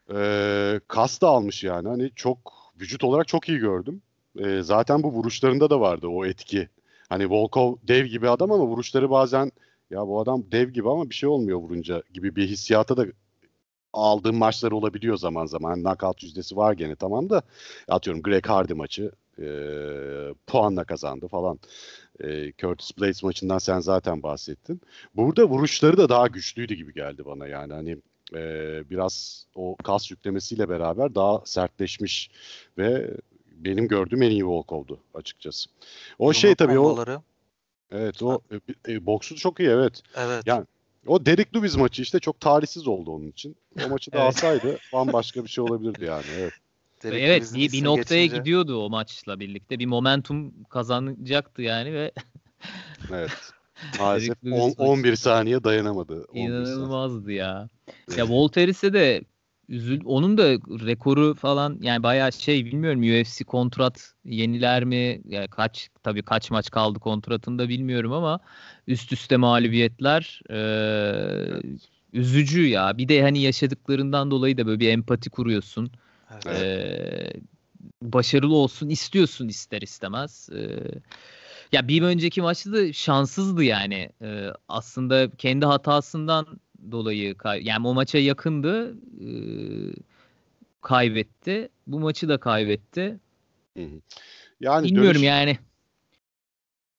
Ee, kas da almış yani. Hani çok vücut olarak çok iyi gördüm. Ee, zaten bu vuruşlarında da vardı o etki. Hani Volkov dev gibi adam ama vuruşları bazen ya bu adam dev gibi ama bir şey olmuyor vurunca gibi bir hissiyata da aldığım maçlar olabiliyor zaman zaman. Hani knockout yüzdesi var gene tamam da atıyorum Greg Hardy maçı e, puanla kazandı falan. E, Curtis Blades maçından sen zaten bahsettin. Burada vuruşları da daha güçlüydü gibi geldi bana yani. Hani e, biraz o kas yüklemesiyle beraber daha sertleşmiş ve benim gördüğüm en iyi Volkov'du açıkçası. O şey Yumruk tabii o komboları. evet o e, e, boksu çok iyi evet. Evet. Yani o Derek Lewis maçı işte çok talihsiz oldu onun için. O maçı da Evet. alsaydı bambaşka bir şey olabilirdi yani evet. Derek Evet Lewis'in bir, bir ismi noktaya geçince. gidiyordu o maçla birlikte. Bir momentum kazanacaktı yani ve Evet. Maalesef Derek on, Lewis on bir maçı saniye dayanamadı. on bir saniye. inanılmazdı ya. Ya Volteris'e de üzül onun da rekoru falan yani bayağı şey bilmiyorum U F C kontrat yeniler mi? Yani kaç tabii kaç maç kaldı kontratında bilmiyorum ama üst üste mağlubiyetler eee, üzücü ya. Bir de hani yaşadıklarından dolayı da böyle bir empati kuruyorsun. Evet. Evet. Eee, başarılı olsun istiyorsun ister istemez. Eee, ya bir önceki maçta da şanssızdı yani. Eee, aslında kendi hatasından dolayı kay- yani o maça yakındı. Eee, kaybetti. Bu maçı da kaybetti. Hı hı. Yani Bilmiyorum dönüş yani.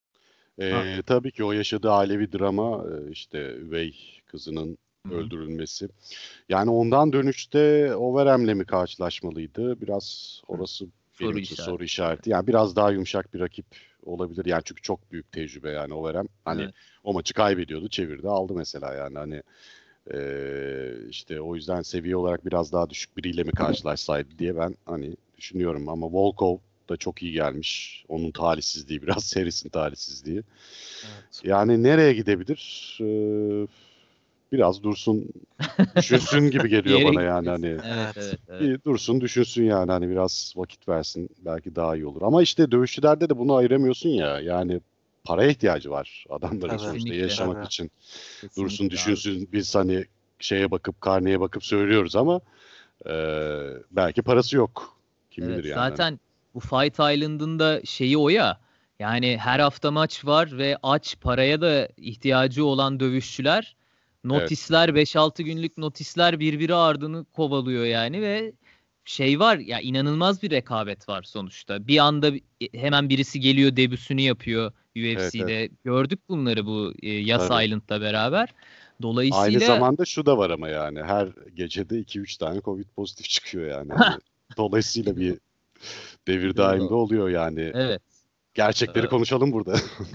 Ee, tabii ki o yaşadığı ailevi drama, e, işte üvey kızının Hı-hı. öldürülmesi. Yani ondan dönüşte Overeem'le mi karşılaşmalıydı? Biraz orası benim Soru için işareti. soru işareti. Yani biraz daha yumuşak bir rakip olabilir. Yani çünkü çok büyük tecrübe yani Overeem. Hani Evet. o maçı kaybediyordu, çevirdi, aldı mesela yani hani e, işte o yüzden seviye olarak biraz daha düşük biriyle mi karşılaşsaydı diye ben hani düşünüyorum ama Volkov da çok iyi gelmiş. Onun talihsizliği biraz Harris'in talihsizliği. Evet. Yani nereye gidebilir? Ee, biraz dursun düşünsün gibi Bir geliyor yere bana yani gitmesin. hani. Evet, Evet. evet, evet. Bir dursun düşünsün yani hani biraz vakit versin belki daha iyi olur. Ama işte dövüşçülerde de bunu ayıramıyorsun ya. Yani paraya ihtiyacı var adamların Tabii. sonuçta Kesinlikle. yaşamak Tabii. için. Dursun Kesinlikle abi. düşünsün biz hani şeye bakıp karneye bakıp söylüyoruz ama e, belki parası yok. Kim bilir Evet, yani hani. zaten bu Fight Island'ın da şeyi o ya. Yani her hafta maç var ve aç, paraya da ihtiyacı olan dövüşçüler, Evet, notisler, beş altı günlük notisler birbiri ardını kovalıyor yani ve şey var ya, inanılmaz bir rekabet var sonuçta. Bir anda bi- hemen birisi geliyor, debüsünü yapıyor evet, evet. U F C'de. Gördük bunları bu e, Yas Tabii. Island'la beraber. Aynı Dolayısıyla zamanda şu da var ama yani her gecede iki üç tane Covid pozitif çıkıyor yani. Hani dolayısıyla bir de, bir devir bir de o da daimde var. oluyor yani. Evet. Gerçekleri konuşalım burada.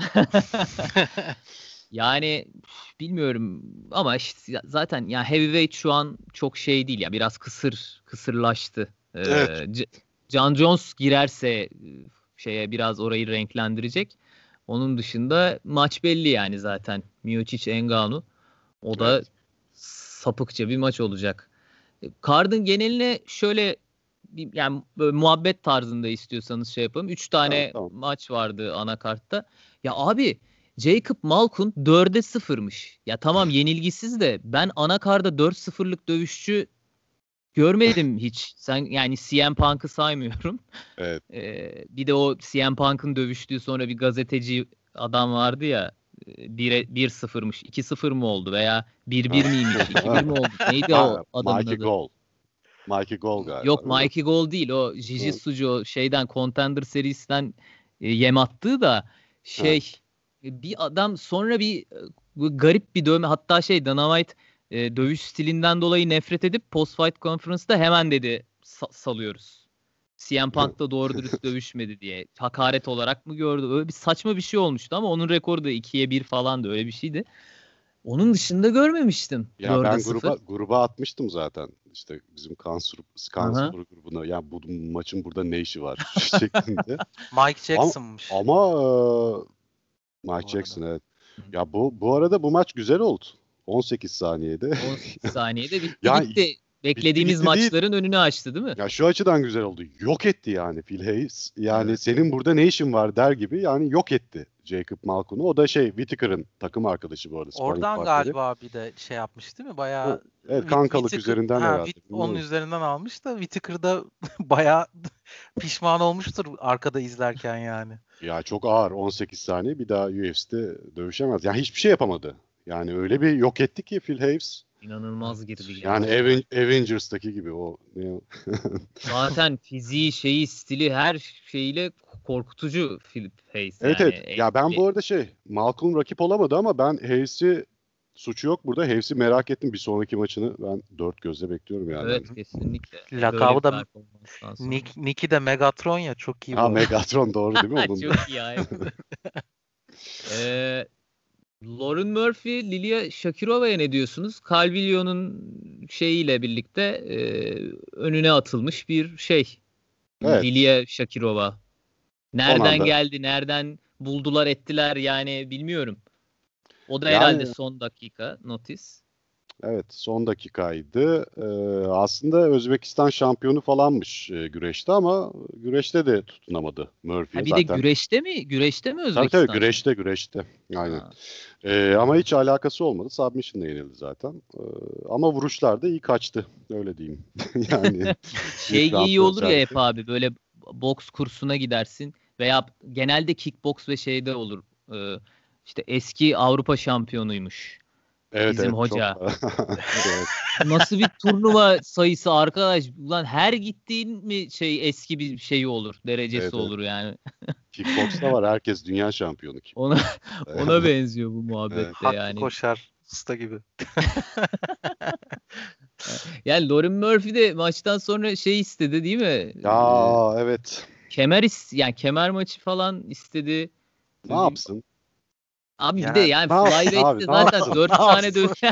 Yani bilmiyorum ama işte zaten ya heavyweight şu an çok şey değil ya, biraz kısır kısırlaştı. Evet. Ee, C- John Jones girerse e, şeye biraz orayı renklendirecek. Onun dışında maç belli yani zaten. Miocic Ngannou, o da Evet. sapıkça bir maç olacak. E, Card'ın geneline şöyle bir, yani böyle muhabbet tarzında istiyorsanız şey yapalım. Üç Tamam, tane tamam. maç vardı anakartta. Ya abi, Jacob Malkoun dörde sıfırmış. Ya tamam, yenilgisiz de ben anakarda dört sıfırlık dövüşçü görmedim hiç. Sen yani C M Punk'ı saymıyorum. Evet. Ee, bir de o C M Punk'ın dövüştüğü sonra bir gazeteci adam vardı ya, bir bir sıfırmış, iki sıfır mı oldu veya bir bir Ha. miymiş, iki bir mi oldu? Neydi o Ha, adamın Mikey adı? Gall. Mikey Gall galiba Yok, değil mi? Mikey Gall değil, o Hı. Jiu-Jitsu'cu, o şeyden, Contender serisinden e, yem attığı da Ha. şey, e, bir adam sonra bir e, bu garip bir dövme, hatta şey, Dana White e, dövüş stilinden dolayı nefret edip post fight conference'da hemen dedi "Sa- salıyoruz. C M Punk da doğru dürüst dövüşmedi" diye. Hakaret olarak mı gördü? Öyle bir saçma bir şey olmuştu ama onun rekoru da ikiye bir falan da öyle bir şeydi. Onun dışında görmemiştim Ya dörde ben sıfır. gruba gruba atmıştım zaten. İşte bizim kan, kan Aha. sporu grubuna. Ya bu maçın burada ne işi var şeklinde. Mike Ama Jackson'mış ama e, Mike bu arada. Jackson, evet. Ya bu bu arada bu maç güzel oldu. on sekiz saniyede. on sekiz saniyede bitti Ya gitti. bitti Beklediğimiz gitti değil. maçların önünü açtı değil mi? Ya şu açıdan güzel oldu. Yok etti yani Phil Hayes. Yani Evet. senin burada ne işin var der gibi yani yok etti Jacob Malkoun'u. O da şey Whittaker'ın takım arkadaşı bu arada, sparring Oradan partneri. galiba bir de şey yapmış değil mi? Ha, Bayağı evet, Whit- kankalık Whittaker, üzerinden ha, herhalde. Whit- onun Bilmiyorum. üzerinden almış da Whittaker da bayağı pişman olmuştur arkada izlerken yani. Ya çok ağır, on sekiz saniye bir daha U F C'de dövüşemez. Yani hiçbir şey yapamadı. Yani öyle bir yok etti ki Phil Hayes. İnanılmaz girdi Evet. Yani gerçekten. Aven- Avengers'taki gibi o. Ne o? Zaten fiziği, şeyi, stili, her şeyiyle korkutucu Philip Hayes Evet, yani. evet. E, Ya ben e, bu arada şey, Malcolm rakip olamadı ama ben Hayes'i, suçu yok burada. Hayes'i merak ettim, bir sonraki maçını ben dört gözle bekliyorum yani. Hani. evet, kesinlikle. E, böyle bir Lakabı da performanstan sonra. Nick, Nick'i de Megatron ya, çok iyi bu Ha, arada. Megatron doğru değil mi onun da? Çok iyi ya. Ee, Lauren Murphy, Lilia Shakirova'ya ne diyorsunuz? Calvillo'nun şeyiyle birlikte e, önüne atılmış bir şey. Evet. Lilia Shakirova. Son Nereden anda. geldi, nereden buldular ettiler yani bilmiyorum. O da herhalde Yani son dakika notis. evet, son dakikaydı. Ee, aslında Özbekistan şampiyonu falanmış e, güreşte ama güreşte de tutunamadı Murphy'ye Ha, bir de zaten. güreşte mi? Güreşte mi Tabii tabii, Özbekistan şampiyonu? güreşte güreşte. Aynen. Ha. Ee, ama hiç alakası olmadı. Submission'la yenildi zaten. Ee, ama vuruşlar da iyi kaçtı. Öyle diyeyim. Yani Şey ilk iyi roundda olur ya hep özellikle. abi, böyle boks kursuna gidersin veya genelde kickboks ve şeyde olur. Ee, işte eski Avrupa şampiyonuymuş Evet, bizim evet, çok hoca. var. E, Evet. Nasıl bir turnuva sayısı arkadaş? Ulan her gittiğin mi şey eski bir şey olur, Evet, derecesi evet. olur yani. Kickbox'ta var. Herkes dünya şampiyonu. Ona ona benziyor bu muhabbette Evet. Haklı yani. koşar usta gibi. Yani Lauren Murphy de maçtan sonra şey istedi değil mi? Ya evet. Kemer is yani kemer maçı falan istedi. Ne yapsın? Abi bir Yani de yani ne yapsın Flyweight'te abi, ne zaten yapsın? dört Ne tane yapsın? dövüş.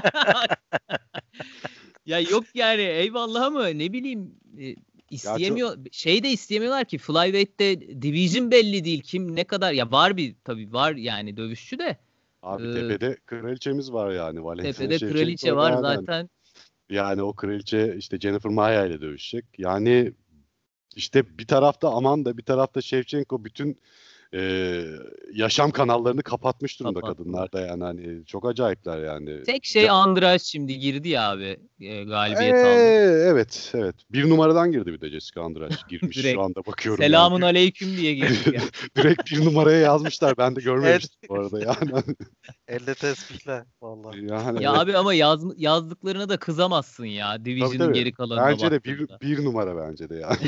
Ya yok yani eyvallah ama ne bileyim e, isteyemiyor. Şey de isteyemiyorlar ki Flyweight'te division belli değil. Kim ne kadar ya var bir tabii var yani dövüşçü de. Abi e, tepede kraliçemiz var yani. Valentina Tepede Shevchenko kraliçe var yani. zaten. Yani o kraliçe işte Jennifer Maia ile dövüşecek. Yani işte bir tarafta Amanda, bir tarafta Shevchenko bütün e, yaşam kanallarını kapatmış durumda Kapattılar. kadınlarda yani. Hani çok acayipler yani. Tek şey Andrade şimdi girdi ya abi. E, galibiyet Ee, aldı. evet, evet. Bir numaradan girdi bir de Jessica Andrade. Girmiş şu Direkt anda bakıyorum yani. selamun aleyküm diye girdi ya. Direkt bir numaraya yazmışlar. Ben de El, görmemiştim bu arada yani. elde tesbihler vallahi. Yani Ya evet. abi ama yaz, yazdıklarına da kızamazsın ya. Tabii Division'ın tabii. geri kalanına Bence de bir, baktığında. bir numara bence de yani.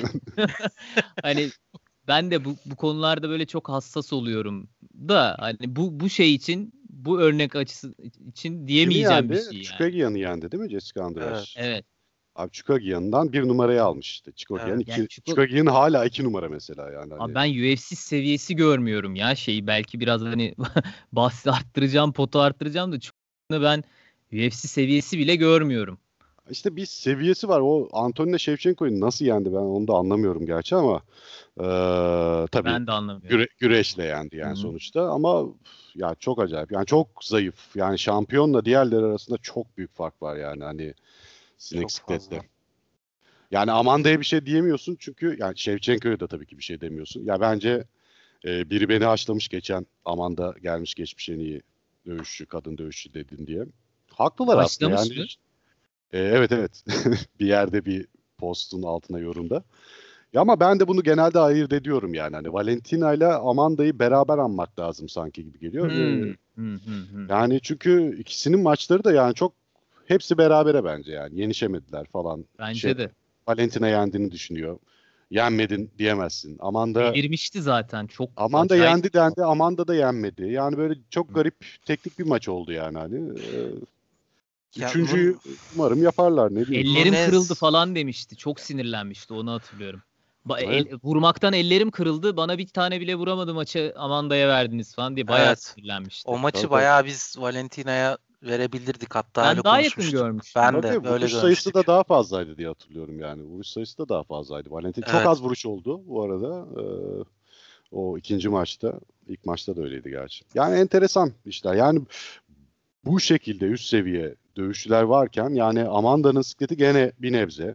Hani ben de bu, bu konularda böyle çok hassas oluyorum da hani bu bu şey için bu örnek açısı için Kimi diyemeyeceğim bir yendi? şey yani. Chukagian'ı yendi değil mi Jessica Andrade? Evet. Evet. Abi Chukagian'dan bir numaraya almış işte. Chukagian, Evet. Yani iki, Chuko, Chukagian hala iki numara mesela yani. abi Hani, ben U F C seviyesi görmüyorum ya şeyi belki biraz hani bahsi arttıracağım, potu arttıracağım da Chuko'nu ben U F C seviyesi bile görmüyorum. işte bir seviyesi var. O Antonina Shevchenko'yu nasıl yendi ben onu da anlamıyorum gerçi ama eee tabii Ben de anlamıyorum. güre, güreşle yendi yani Hı-hı. sonuçta ama ya çok acayip. Yani çok zayıf. Yani şampiyonla diğerleri arasında çok büyük fark var yani hani sinek Çok siklette. fazla. Yani Amanda'ya bir şey diyemiyorsun çünkü yani Shevchenko'ya da tabii ki bir şey demiyorsun. Ya bence e, biri beni haşlamış geçen Amanda gelmiş geçmiş en iyi dövüşçü, kadın dövüşçü dedin diye. Haklılar aslında Başlamış yani. mı? E, evet evet bir yerde bir postun altına yorumda. Ya ama ben de bunu genelde ayırt ediyorum yani. Hani Valentina ile Amanda'yı beraber anmak lazım sanki gibi geliyor. Hmm. E, Hı hı hı. yani çünkü ikisinin maçları da yani çok hepsi berabere bence yani. Yenişemediler falan. Şey, Bence de. Valentina yendiğini düşünüyor. Yenmedin diyemezsin. Amanda Delirmişti zaten. Çok Amanda acayip. yendi dendi. Amanda da yenmedi. Yani böyle çok garip teknik bir maç oldu yani hani. Ee, Ya Üçüncüyü Nun, umarım yaparlar ne diyeyim. Ellerim kırıldı Nunez falan demişti. Çok sinirlenmişti. Onu hatırlıyorum. Ba- Evet. el- vurmaktan ellerim kırıldı. Bana bir tane bile vuramadı maçı Amanda'ya verdiniz falan diye bayağı evet. sinirlenmişti. O Tabii maçı tabii. bayağı biz Valentina'ya verebilirdik. Hatta öyle Ben daha yakın konuşmuştuk. görmüştüm. Ben Tabii de tabii. öyle Vuruş sayısı da görmüştük. daha fazlaydı diye hatırlıyorum yani. Vuruş sayısı da daha fazlaydı. Valentin çok Evet. az vuruş oldu bu arada. Ee, o ikinci maçta. İlk maçta da öyleydi gerçi. Yani enteresan işler. Yani bu şekilde üst seviye dövüşçüler varken yani Amanda'nın sikleti gene bir nebze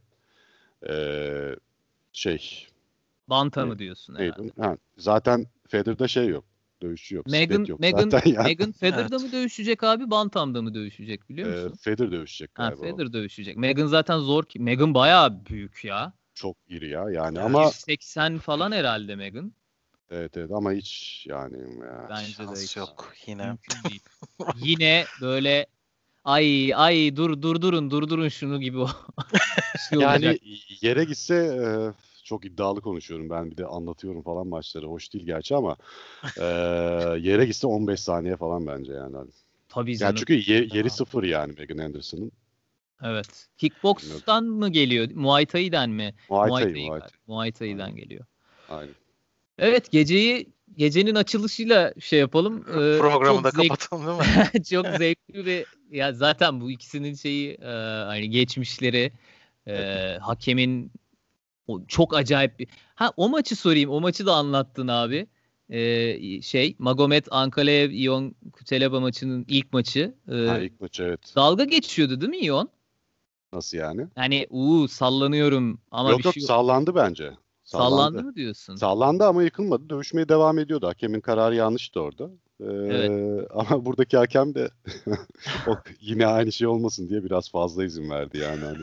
ee, şey Banta ne, mı diyorsun neydi? herhalde? Ha, zaten Federer'da şey yok. Dövüşçü yok. Siklet Megan yok Megan zaten yani. Megan Federer'da Evet. mı dövüşecek abi, Bantam'da mı dövüşecek biliyor Ee, musun? Federer dövüşecek Ha, galiba o. Federer dövüşecek. Megan zaten zor ki. Megan bayağı büyük ya. Çok iri ya yani ama Evet. bir seksen falan herhalde Megan. evet evet ama hiç yani ya. Bence de Şans hiç yok yine. mümkün değil. Yine böyle ay ay dur durdurun durdurun şunu gibi o şey olacak. Yani yere gitse e, çok iddialı konuşuyorum ben bir de anlatıyorum falan maçları. Hoş değil gerçi ama e, yere gitse on beş saniye falan bence yani. Tabii Yani canım. çünkü ye- yeri Tamam. sıfır yani Megan Anderson'ın. Evet. Bilmiyorum. Kickbox'tan mı geliyor? Muay Thai'den mi? Muay Muay Thai, Thai Muay galiba. Thai. Muay Thai'den Aynen. geliyor. Aynen. Evet, geceyi gecenin açılışıyla şey yapalım. Ee, Programı çok da zevk kapatalım değil mi? çok zevkli ve ya zaten bu ikisinin şeyi e, hani geçmişleri Evet. e, hakemin o çok acayip bir. Ha, o maçı sorayım. O maçı da anlattın abi. Ee, şey Magomed Ankalaev Ion Cutelaba maçının ilk maçı. Ha Ee, ilk maç evet. dalga geçiyordu değil mi Ion? Nasıl yani? Yani uuu sallanıyorum ama bir Yok yok şey yok. sallandı bence. Sallandı Sallandı. mı diyorsun? Sallandı ama yıkılmadı. Dövüşmeye devam ediyordu. Hakemin kararı yanlıştı orada. Evet. Ee, ama buradaki hakem de o yine aynı şey olmasın diye biraz fazla izin verdi yani hani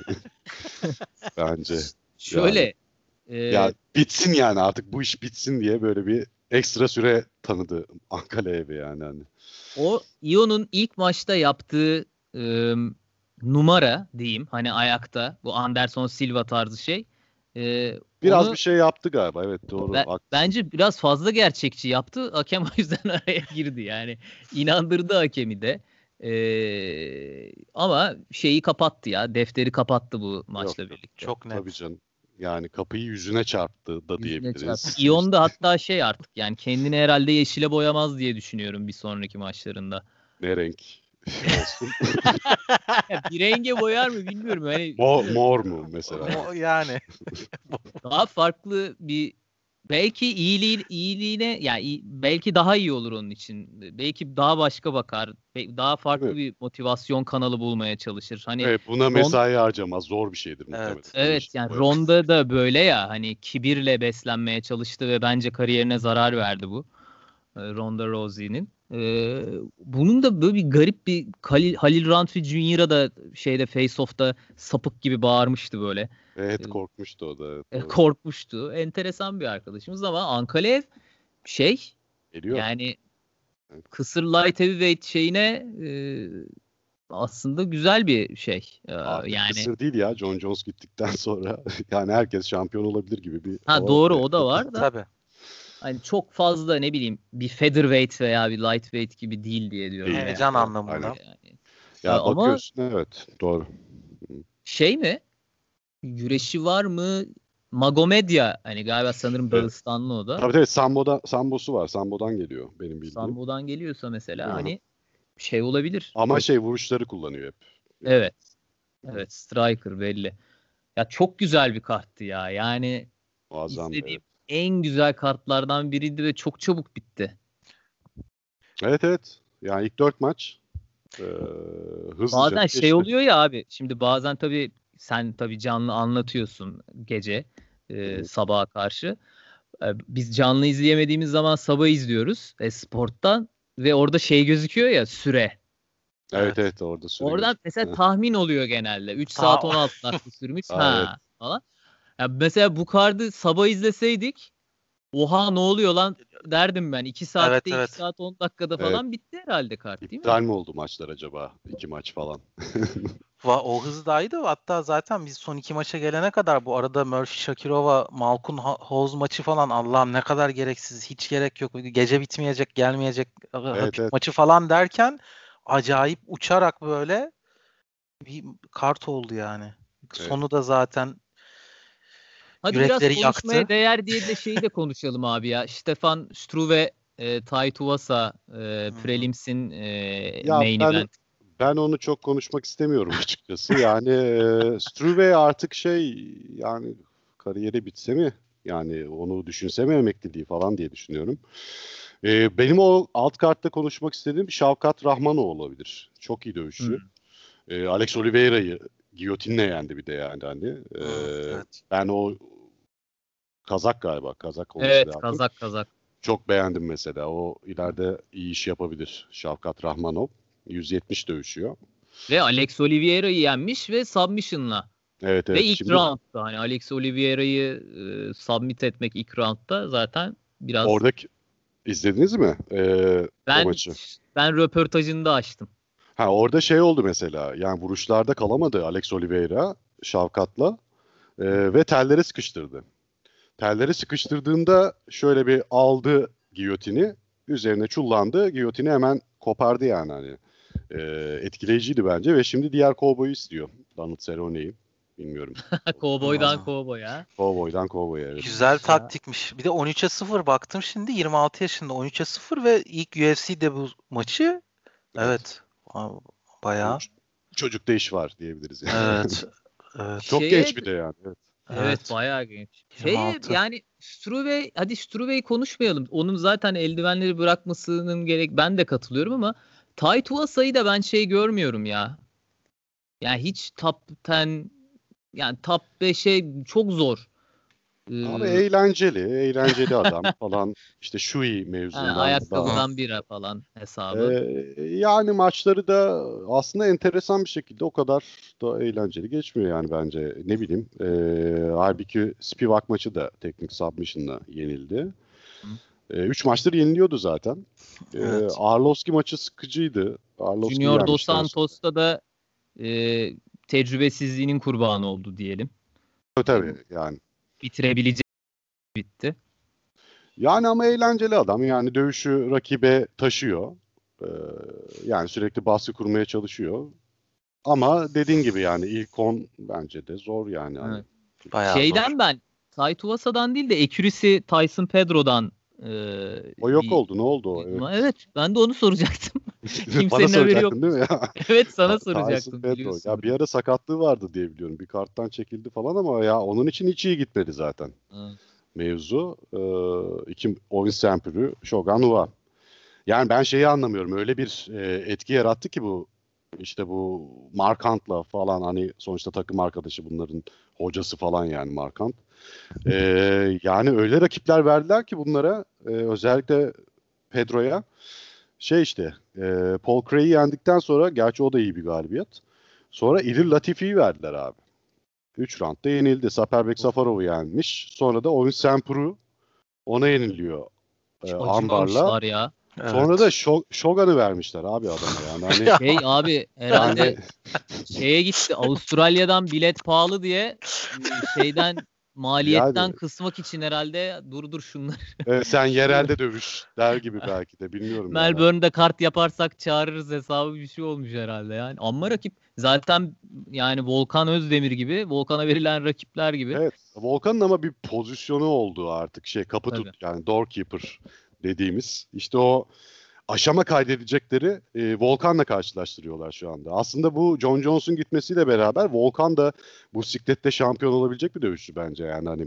bence yani. Şöyle e, Ya bitsin yani artık bu iş bitsin diye böyle bir ekstra süre tanıdı Ankale'ye yani hani. o Ion'un ilk maçta yaptığı e, numara diyeyim hani ayakta bu Anderson Silva tarzı şey Ee, Biraz onu, bir şey yaptı galiba. Evet doğru. ben, bence biraz fazla gerçekçi yaptı. Hakem o yüzden araya girdi. Yani inandırdı hakemi de. Ee, ama şeyi kapattı ya. Defteri kapattı bu maçla Yok, birlikte. Çok net. tabii canım. Yani kapıyı yüzüne çarptı da Yüzüne çarptı. diyebiliriz. İyon da hatta şey artık yani kendini herhalde yeşile boyamaz diye düşünüyorum bir sonraki maçlarında. Ne renk olsun? Ya bir renge boyar mı bilmiyorum. Hani Mor, mor mu mesela? O yani. daha farklı bir belki iyiliği, iyiliğine yani iyi- belki daha iyi olur onun için. Belki daha başka bakar. Be- Daha farklı Evet. bir motivasyon kanalı bulmaya çalışır. Hani Evet, buna Ron, mesai harcamaz. Zor bir şeydir muhtemelen. Evet. evet yani Evet. Ronda da böyle ya hani kibirle beslenmeye çalıştı ve bence kariyerine zarar verdi bu. e, Ronda Rousey'nin. Ee, bunun da böyle bir garip bir Halil, Halil Roundtree Junior'a da şeyde Face Off'ta sapık gibi bağırmıştı böyle. Evet korkmuştu o da. Evet, E, doğru. korkmuştu. Enteresan bir arkadaşımız ama Ankalev şey Geliyor. yani Evet. kısır light heavyweight şeyine e, aslında güzel bir şey. Ee, Artık yani kısır değil ya. John Jones gittikten sonra yani herkes şampiyon olabilir gibi bir ha hava doğru var. o da var da Tabii. hani çok fazla ne bileyim bir featherweight veya bir lightweight gibi değil diye diyorum. Değil. yani. Heyecan Evet, anlamında. aynen. Yani. Ya Ama bakıyorsun evet doğru. şey mi? Güreşi var mı? Magomedya hani galiba sanırım Evet. Dağıstanlı o da. Tabii tabii Sambo'da, Sambo'su var. Sambo'dan geliyor benim bildiğim. Sambo'dan geliyorsa mesela Hı-hı. hani şey olabilir. Ama şey vuruşları kullanıyor hep. Yani. Evet. Evet, striker belli. Ya çok güzel bir karttı ya. Yani Muazzam evet. izlediğim en güzel kartlardan biriydi ve çok çabuk bitti. Evet evet. Yani ilk dört maç e, hızlıca Bazen şey geçti. oluyor ya abi. Şimdi bazen tabii sen tabii canlı anlatıyorsun gece e, sabaha karşı. E, biz canlı izleyemediğimiz zaman sabah izliyoruz e, sporttan ve orada şey gözüküyor ya süre. Evet Evet. evet orada süre Oradan mesela gözüküyor. tahmin oluyor genelde. üç Ta- saat on altı dakika sürmüş. Aa, evet. Ha falan. Ya mesela bu kartı sabah izleseydik oha ne oluyor lan derdim ben. iki saatte Evet iki evet. saat on dakikada Evet. falan bitti herhalde kart değil mi? İptal mi oldu maçlar acaba? İki maç falan. Va- O hızdaydı. Hatta zaten biz son iki maça gelene kadar bu arada Murphy, Shakirova, Malkun Ha- Hoz maçı falan Allah'ım ne kadar gereksiz. Hiç gerek yok. Gece bitmeyecek, gelmeyecek Evet Habib evet. maçı falan derken acayip uçarak böyle bir kart oldu yani. Evet. Sonu da zaten Hadi biraz yürekleri konuşmaya yaktı. değer diye de şeyi de konuşalım abi ya. Stefan Struve, e, Tai Tuivasa e, Hı hı. Prelimps'in e, Ya main ben event. ben onu çok konuşmak istemiyorum açıkçası. Yani e, Struve artık şey yani kariyeri bitse mi? Yani onu düşünse mi emekliliği falan diye düşünüyorum. E, benim o alt kartta konuşmak istediğim Şavkat Rahmanov olabilir. Çok iyi dövüşçü. Hmm. E, Alex Oliveira'yı giyotinle yendi bir de yani hani. E, Hı, evet. ben o Kazak galiba. Kazak olması Evet lazım. kazak kazak. Çok beğendim mesela. O ileride iyi iş yapabilir. Şavkat Rahmanov. yüz yetmiş dövüşüyor. Ve Alex Oliveira'yı yenmiş ve submission'la. Evet Ve evet. ilk Şimdi roundda hani Alex Oliveira'yı e, submit etmek ilk roundda zaten biraz oradaki izlediniz mi ee, o ben maçı? ben röportajını da açtım. Ha orada şey oldu mesela. Yani vuruşlarda kalamadı Alex Oliveira Şavkat'la ee, ve tellere sıkıştırdı. Telleri sıkıştırdığında şöyle bir aldı giyotini, üzerine çullandı, giyotini hemen kopardı yani hani. Ee, etkileyiciydi bence ve şimdi diğer kovboyu istiyor. Donald Cerrone'yi. Bilmiyorum. Kovboydan Hı. kovboya. Kovboydan kovboya evet. Güzel Ya, taktikmiş. Bir de on üçe sıfır baktım şimdi yirmi altı yaşında on üçe sıfır ve ilk U F C debut maçı. Evet. Evet. Aa, bayağı. Ç- Çocukta iş var diyebiliriz yani. Evet. Evet. Çok şeye genç bir de yani. Evet. evet Evet. bayağı genç. Şeye yirmi altı. yani Struve hadi Struve'yi konuşmayalım. Onun zaten eldivenleri bırakmasının gerek ben de katılıyorum ama Tai Tuivasa'yı da ben şey görmüyorum ya. Yani hiç top on yani top beşe çok zor. Abi Ee, eğlenceli, eğlenceli adam falan. İşte Shui ha, mevzundan daha. Hı. ayakkabıdan bira falan hesabı. Ee, yani maçları da aslında enteresan bir şekilde o kadar da eğlenceli geçmiyor yani bence. Ne bileyim. Ee, halbuki Spivak maçı da teknik submission'la yenildi. Hı. Ee, üç maçtır yeniliyordu zaten. Ee, Evet. Arlovski maçı sıkıcıydı. Arlovski'yi Junior Dos yenmişler sonra. Santos'ta da e, tecrübesizliğinin kurbanı oldu diyelim. Tabii E, tabii yani. bitirebilecek bitti. Yani ama eğlenceli adam. Yani dövüşü rakibe taşıyor. Ee, yani sürekli baskı kurmaya çalışıyor. Ama dediğin gibi yani ilk on bence de zor yani. Hani. Evet. Bayağı Şeyden zor. ben Tai Tuivasa'dan değil de Accuracy Tyson Pedro'dan e, O yok bir, oldu. Ne oldu o? Evet. evet ben de onu soracaktım. Bana Kimsenin haberi yok. soracaktın değil mi ya? Evet sana Tyson soracaktım Pedro. biliyorsun. Ya bir ara sakatlığı vardı diye biliyorum. Bir karttan çekildi falan ama ya onun için hiç iyi gitmedi zaten. Evet. Mevzu. Ee, iki oyun sempürü Shogun Rua. Yani ben şeyi anlamıyorum. Öyle bir e, etki yarattı ki bu işte bu Mark Hunt'la falan hani sonuçta takım arkadaşı bunların hocası falan yani Mark Hunt. Ee, yani öyle rakipler verdiler ki bunlara e, özellikle Pedro'ya şey işte e, Paul Cray'i yendikten sonra gerçi o da iyi bir galibiyet. Sonra Ilir Latifi'yi verdiler abi. üç roundda yenildi. Saperbek Safarov'u yenmiş. Sonra da Ovin Sempuru ona yeniliyor. E, Hiç ambarla. acımamışlar ya. Sonra da Evet. Şo- Shogun'u vermişler abi adama yani. Hani Şey abi herhalde yani şeye gitti Avustralya'dan bilet pahalı diye e, şeyden maliyetten yani kısmak için herhalde dur dur şunları. e, sen yerelde dövüş der gibi belki de bilmiyorum yani. Melbourne'de kart yaparsak çağırırız hesabı bir şey olmuş herhalde yani. Amma rakip zaten yani Volkan Özdemir gibi Volkan'a verilen rakipler gibi. Evet. Volkan'ın ama bir pozisyonu oldu artık. Şey kapı Tabii. tut yani doorkeeper dediğimiz. İşte o aşama kaydedecekleri e, Volkan'la karşılaştırıyorlar şu anda. Aslında bu John Jones'un gitmesiyle beraber Volkan da bu siklette şampiyon olabilecek bir dövüşçü bence yani hani.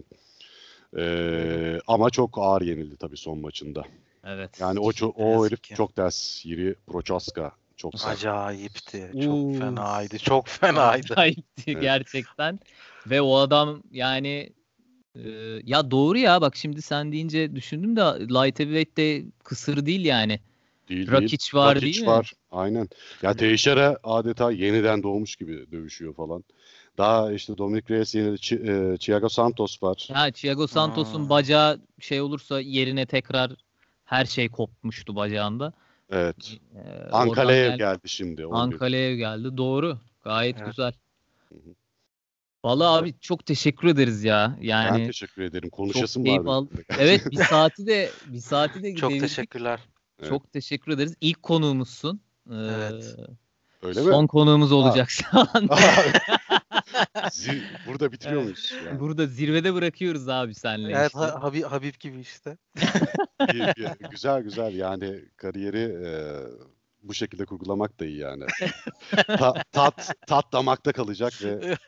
E, ama çok ağır yenildi tabii son maçında. Evet. Yani o ço- Ne o herif yazık ki. çok ters. Yiri Prochaska çok sert. Acayipti. Çok Uuu. fenaydı. Çok fenaydı. Acayipti Evet. gerçekten. Ve o adam yani e, ya doğru ya bak şimdi sen deyince düşündüm de light heavyweight de kısır değil yani. Değil değil. Rakic var değil Rakic mi? var. Aynen. Ya Teixeira adeta yeniden doğmuş gibi dövüşüyor falan. Daha işte Dominic Reyes yeni Chi- e, Thiago Santos var. Ya Thiago Santos'un Hmm. bacağı şey olursa yerine tekrar her şey kopmuştu bacağında. Evet. Ee, oradan Ankaleev gel geldi şimdi on bir. Ankara'ya geldi. Doğru. Gayet Evet. güzel. Hı hı. Vallahi Evet. abi çok teşekkür ederiz ya. Ben Yani teşekkür ederim. çok Konuşasım keyif vardı. aldım. Evet bir saati de bir saati de Çok devirdik. teşekkürler. Evet. Çok teşekkür ederiz. İlk konuğumuzsun. Ee, Evet. Öyle mi? son konuğumuz Aa. olacak şu an. Zil- burada bitiriyor Evet. muyuz yani? Burada zirvede bırakıyoruz abi senle Evet, işte. Ha- Habib, Habib gibi işte. İyi, iyi. Güzel güzel yani kariyeri e, bu şekilde kurgulamak da iyi yani. Ta- tat tat damakta kalacak ve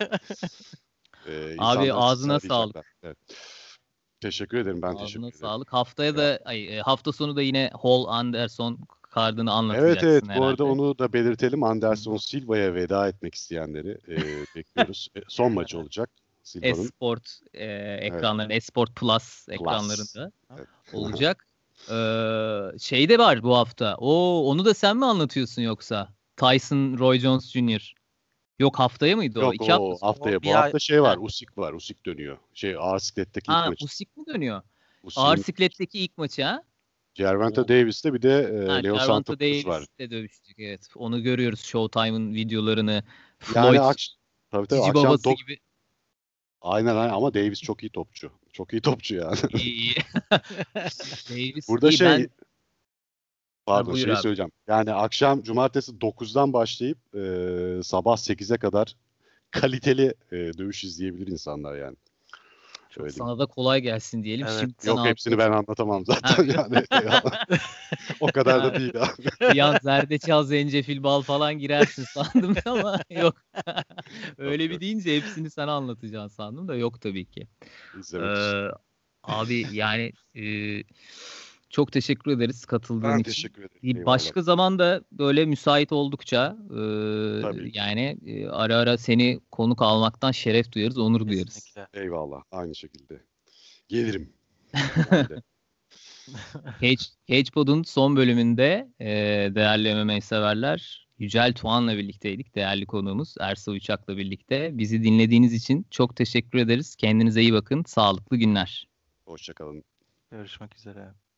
e, Abi insanlar sizi ağzına sağlık. arayacaklar. Evet. Teşekkür ederim. Ben Ağzına teşekkür ederim. sağlık. Haftaya Ya. da ay, e, hafta sonu da yine Hall Anderson kardını Evet evet anlatacaksın bu arada herhalde. onu da belirtelim. Anderson Hı. Silva'ya veda etmek isteyenleri e, bekliyoruz. E, son maçı Evet. olacak Silva'nın. Esport e, Evet. ekranların, Esport Plus Plus. ekranlarında Evet. olacak. Ee, şey de var bu hafta. O onu da sen mi anlatıyorsun yoksa? Tyson Roy Jones Junior Yok haftaya mıydı o? Yok İki hafta o sonra. O haftaya. Bu bir ay. hafta şey var. Ha. Usyk var. Usyk dönüyor. Şey ağır sikletteki ilk Ha, maçı. Usyk mi dönüyor? Ağır Usyk'in sikletteki ilk maçı ha? Gervonta O, Davis'te bir de e, ha, Leo Santa Gervonta Cruz var. Davis'le dövüşecek evet. Onu görüyoruz Showtime'ın videolarını. Yani Floyd akş tabii tabii cici akşam babası dok gibi. aynen aynen ama Davis çok iyi topçu. Çok iyi topçu yani. İyi iyi. Davis Burada iyi şey ben ha, pardon buyur şeyi abi. söyleyeceğim. Yani akşam cumartesi dokuzdan başlayıp e, sabah sekize kadar kaliteli e, dövüş izleyebilir insanlar yani. Çok Öyle diyeyim. sana da kolay gelsin diyelim. Evet. Şimdiden Yok ağzına hepsini ben sağlık. anlatamam Ha zaten öyle mi? yani. O kadar da Ha, değil abi. bir an zerdeçal, zencefil, bal falan girersin sandım ama yok. Yok Öyle bir yok. deyince hepsini sana anlatacaksın sandım da yok tabii ki. İzlemek için. Ee, abi yani e, çok teşekkür ederiz katıldığın Ben için. teşekkür ederim. Bir Eyvallah. başka zaman da böyle müsait oldukça e, Tabii ki. yani e, ara ara seni konuk almaktan şeref duyarız, onur duyarız. Kesinlikle. Eyvallah. Aynı şekilde. Gelirim. Ben de. Cage, CagePod'un son bölümünde e, değerli M M A severler Yücel Tuğan'la birlikteydik. Değerli konuğumuz Ersa Uçak'la birlikte. Bizi dinlediğiniz için çok teşekkür ederiz. Kendinize iyi bakın. Sağlıklı günler. Hoşça kalın. Görüşmek üzere.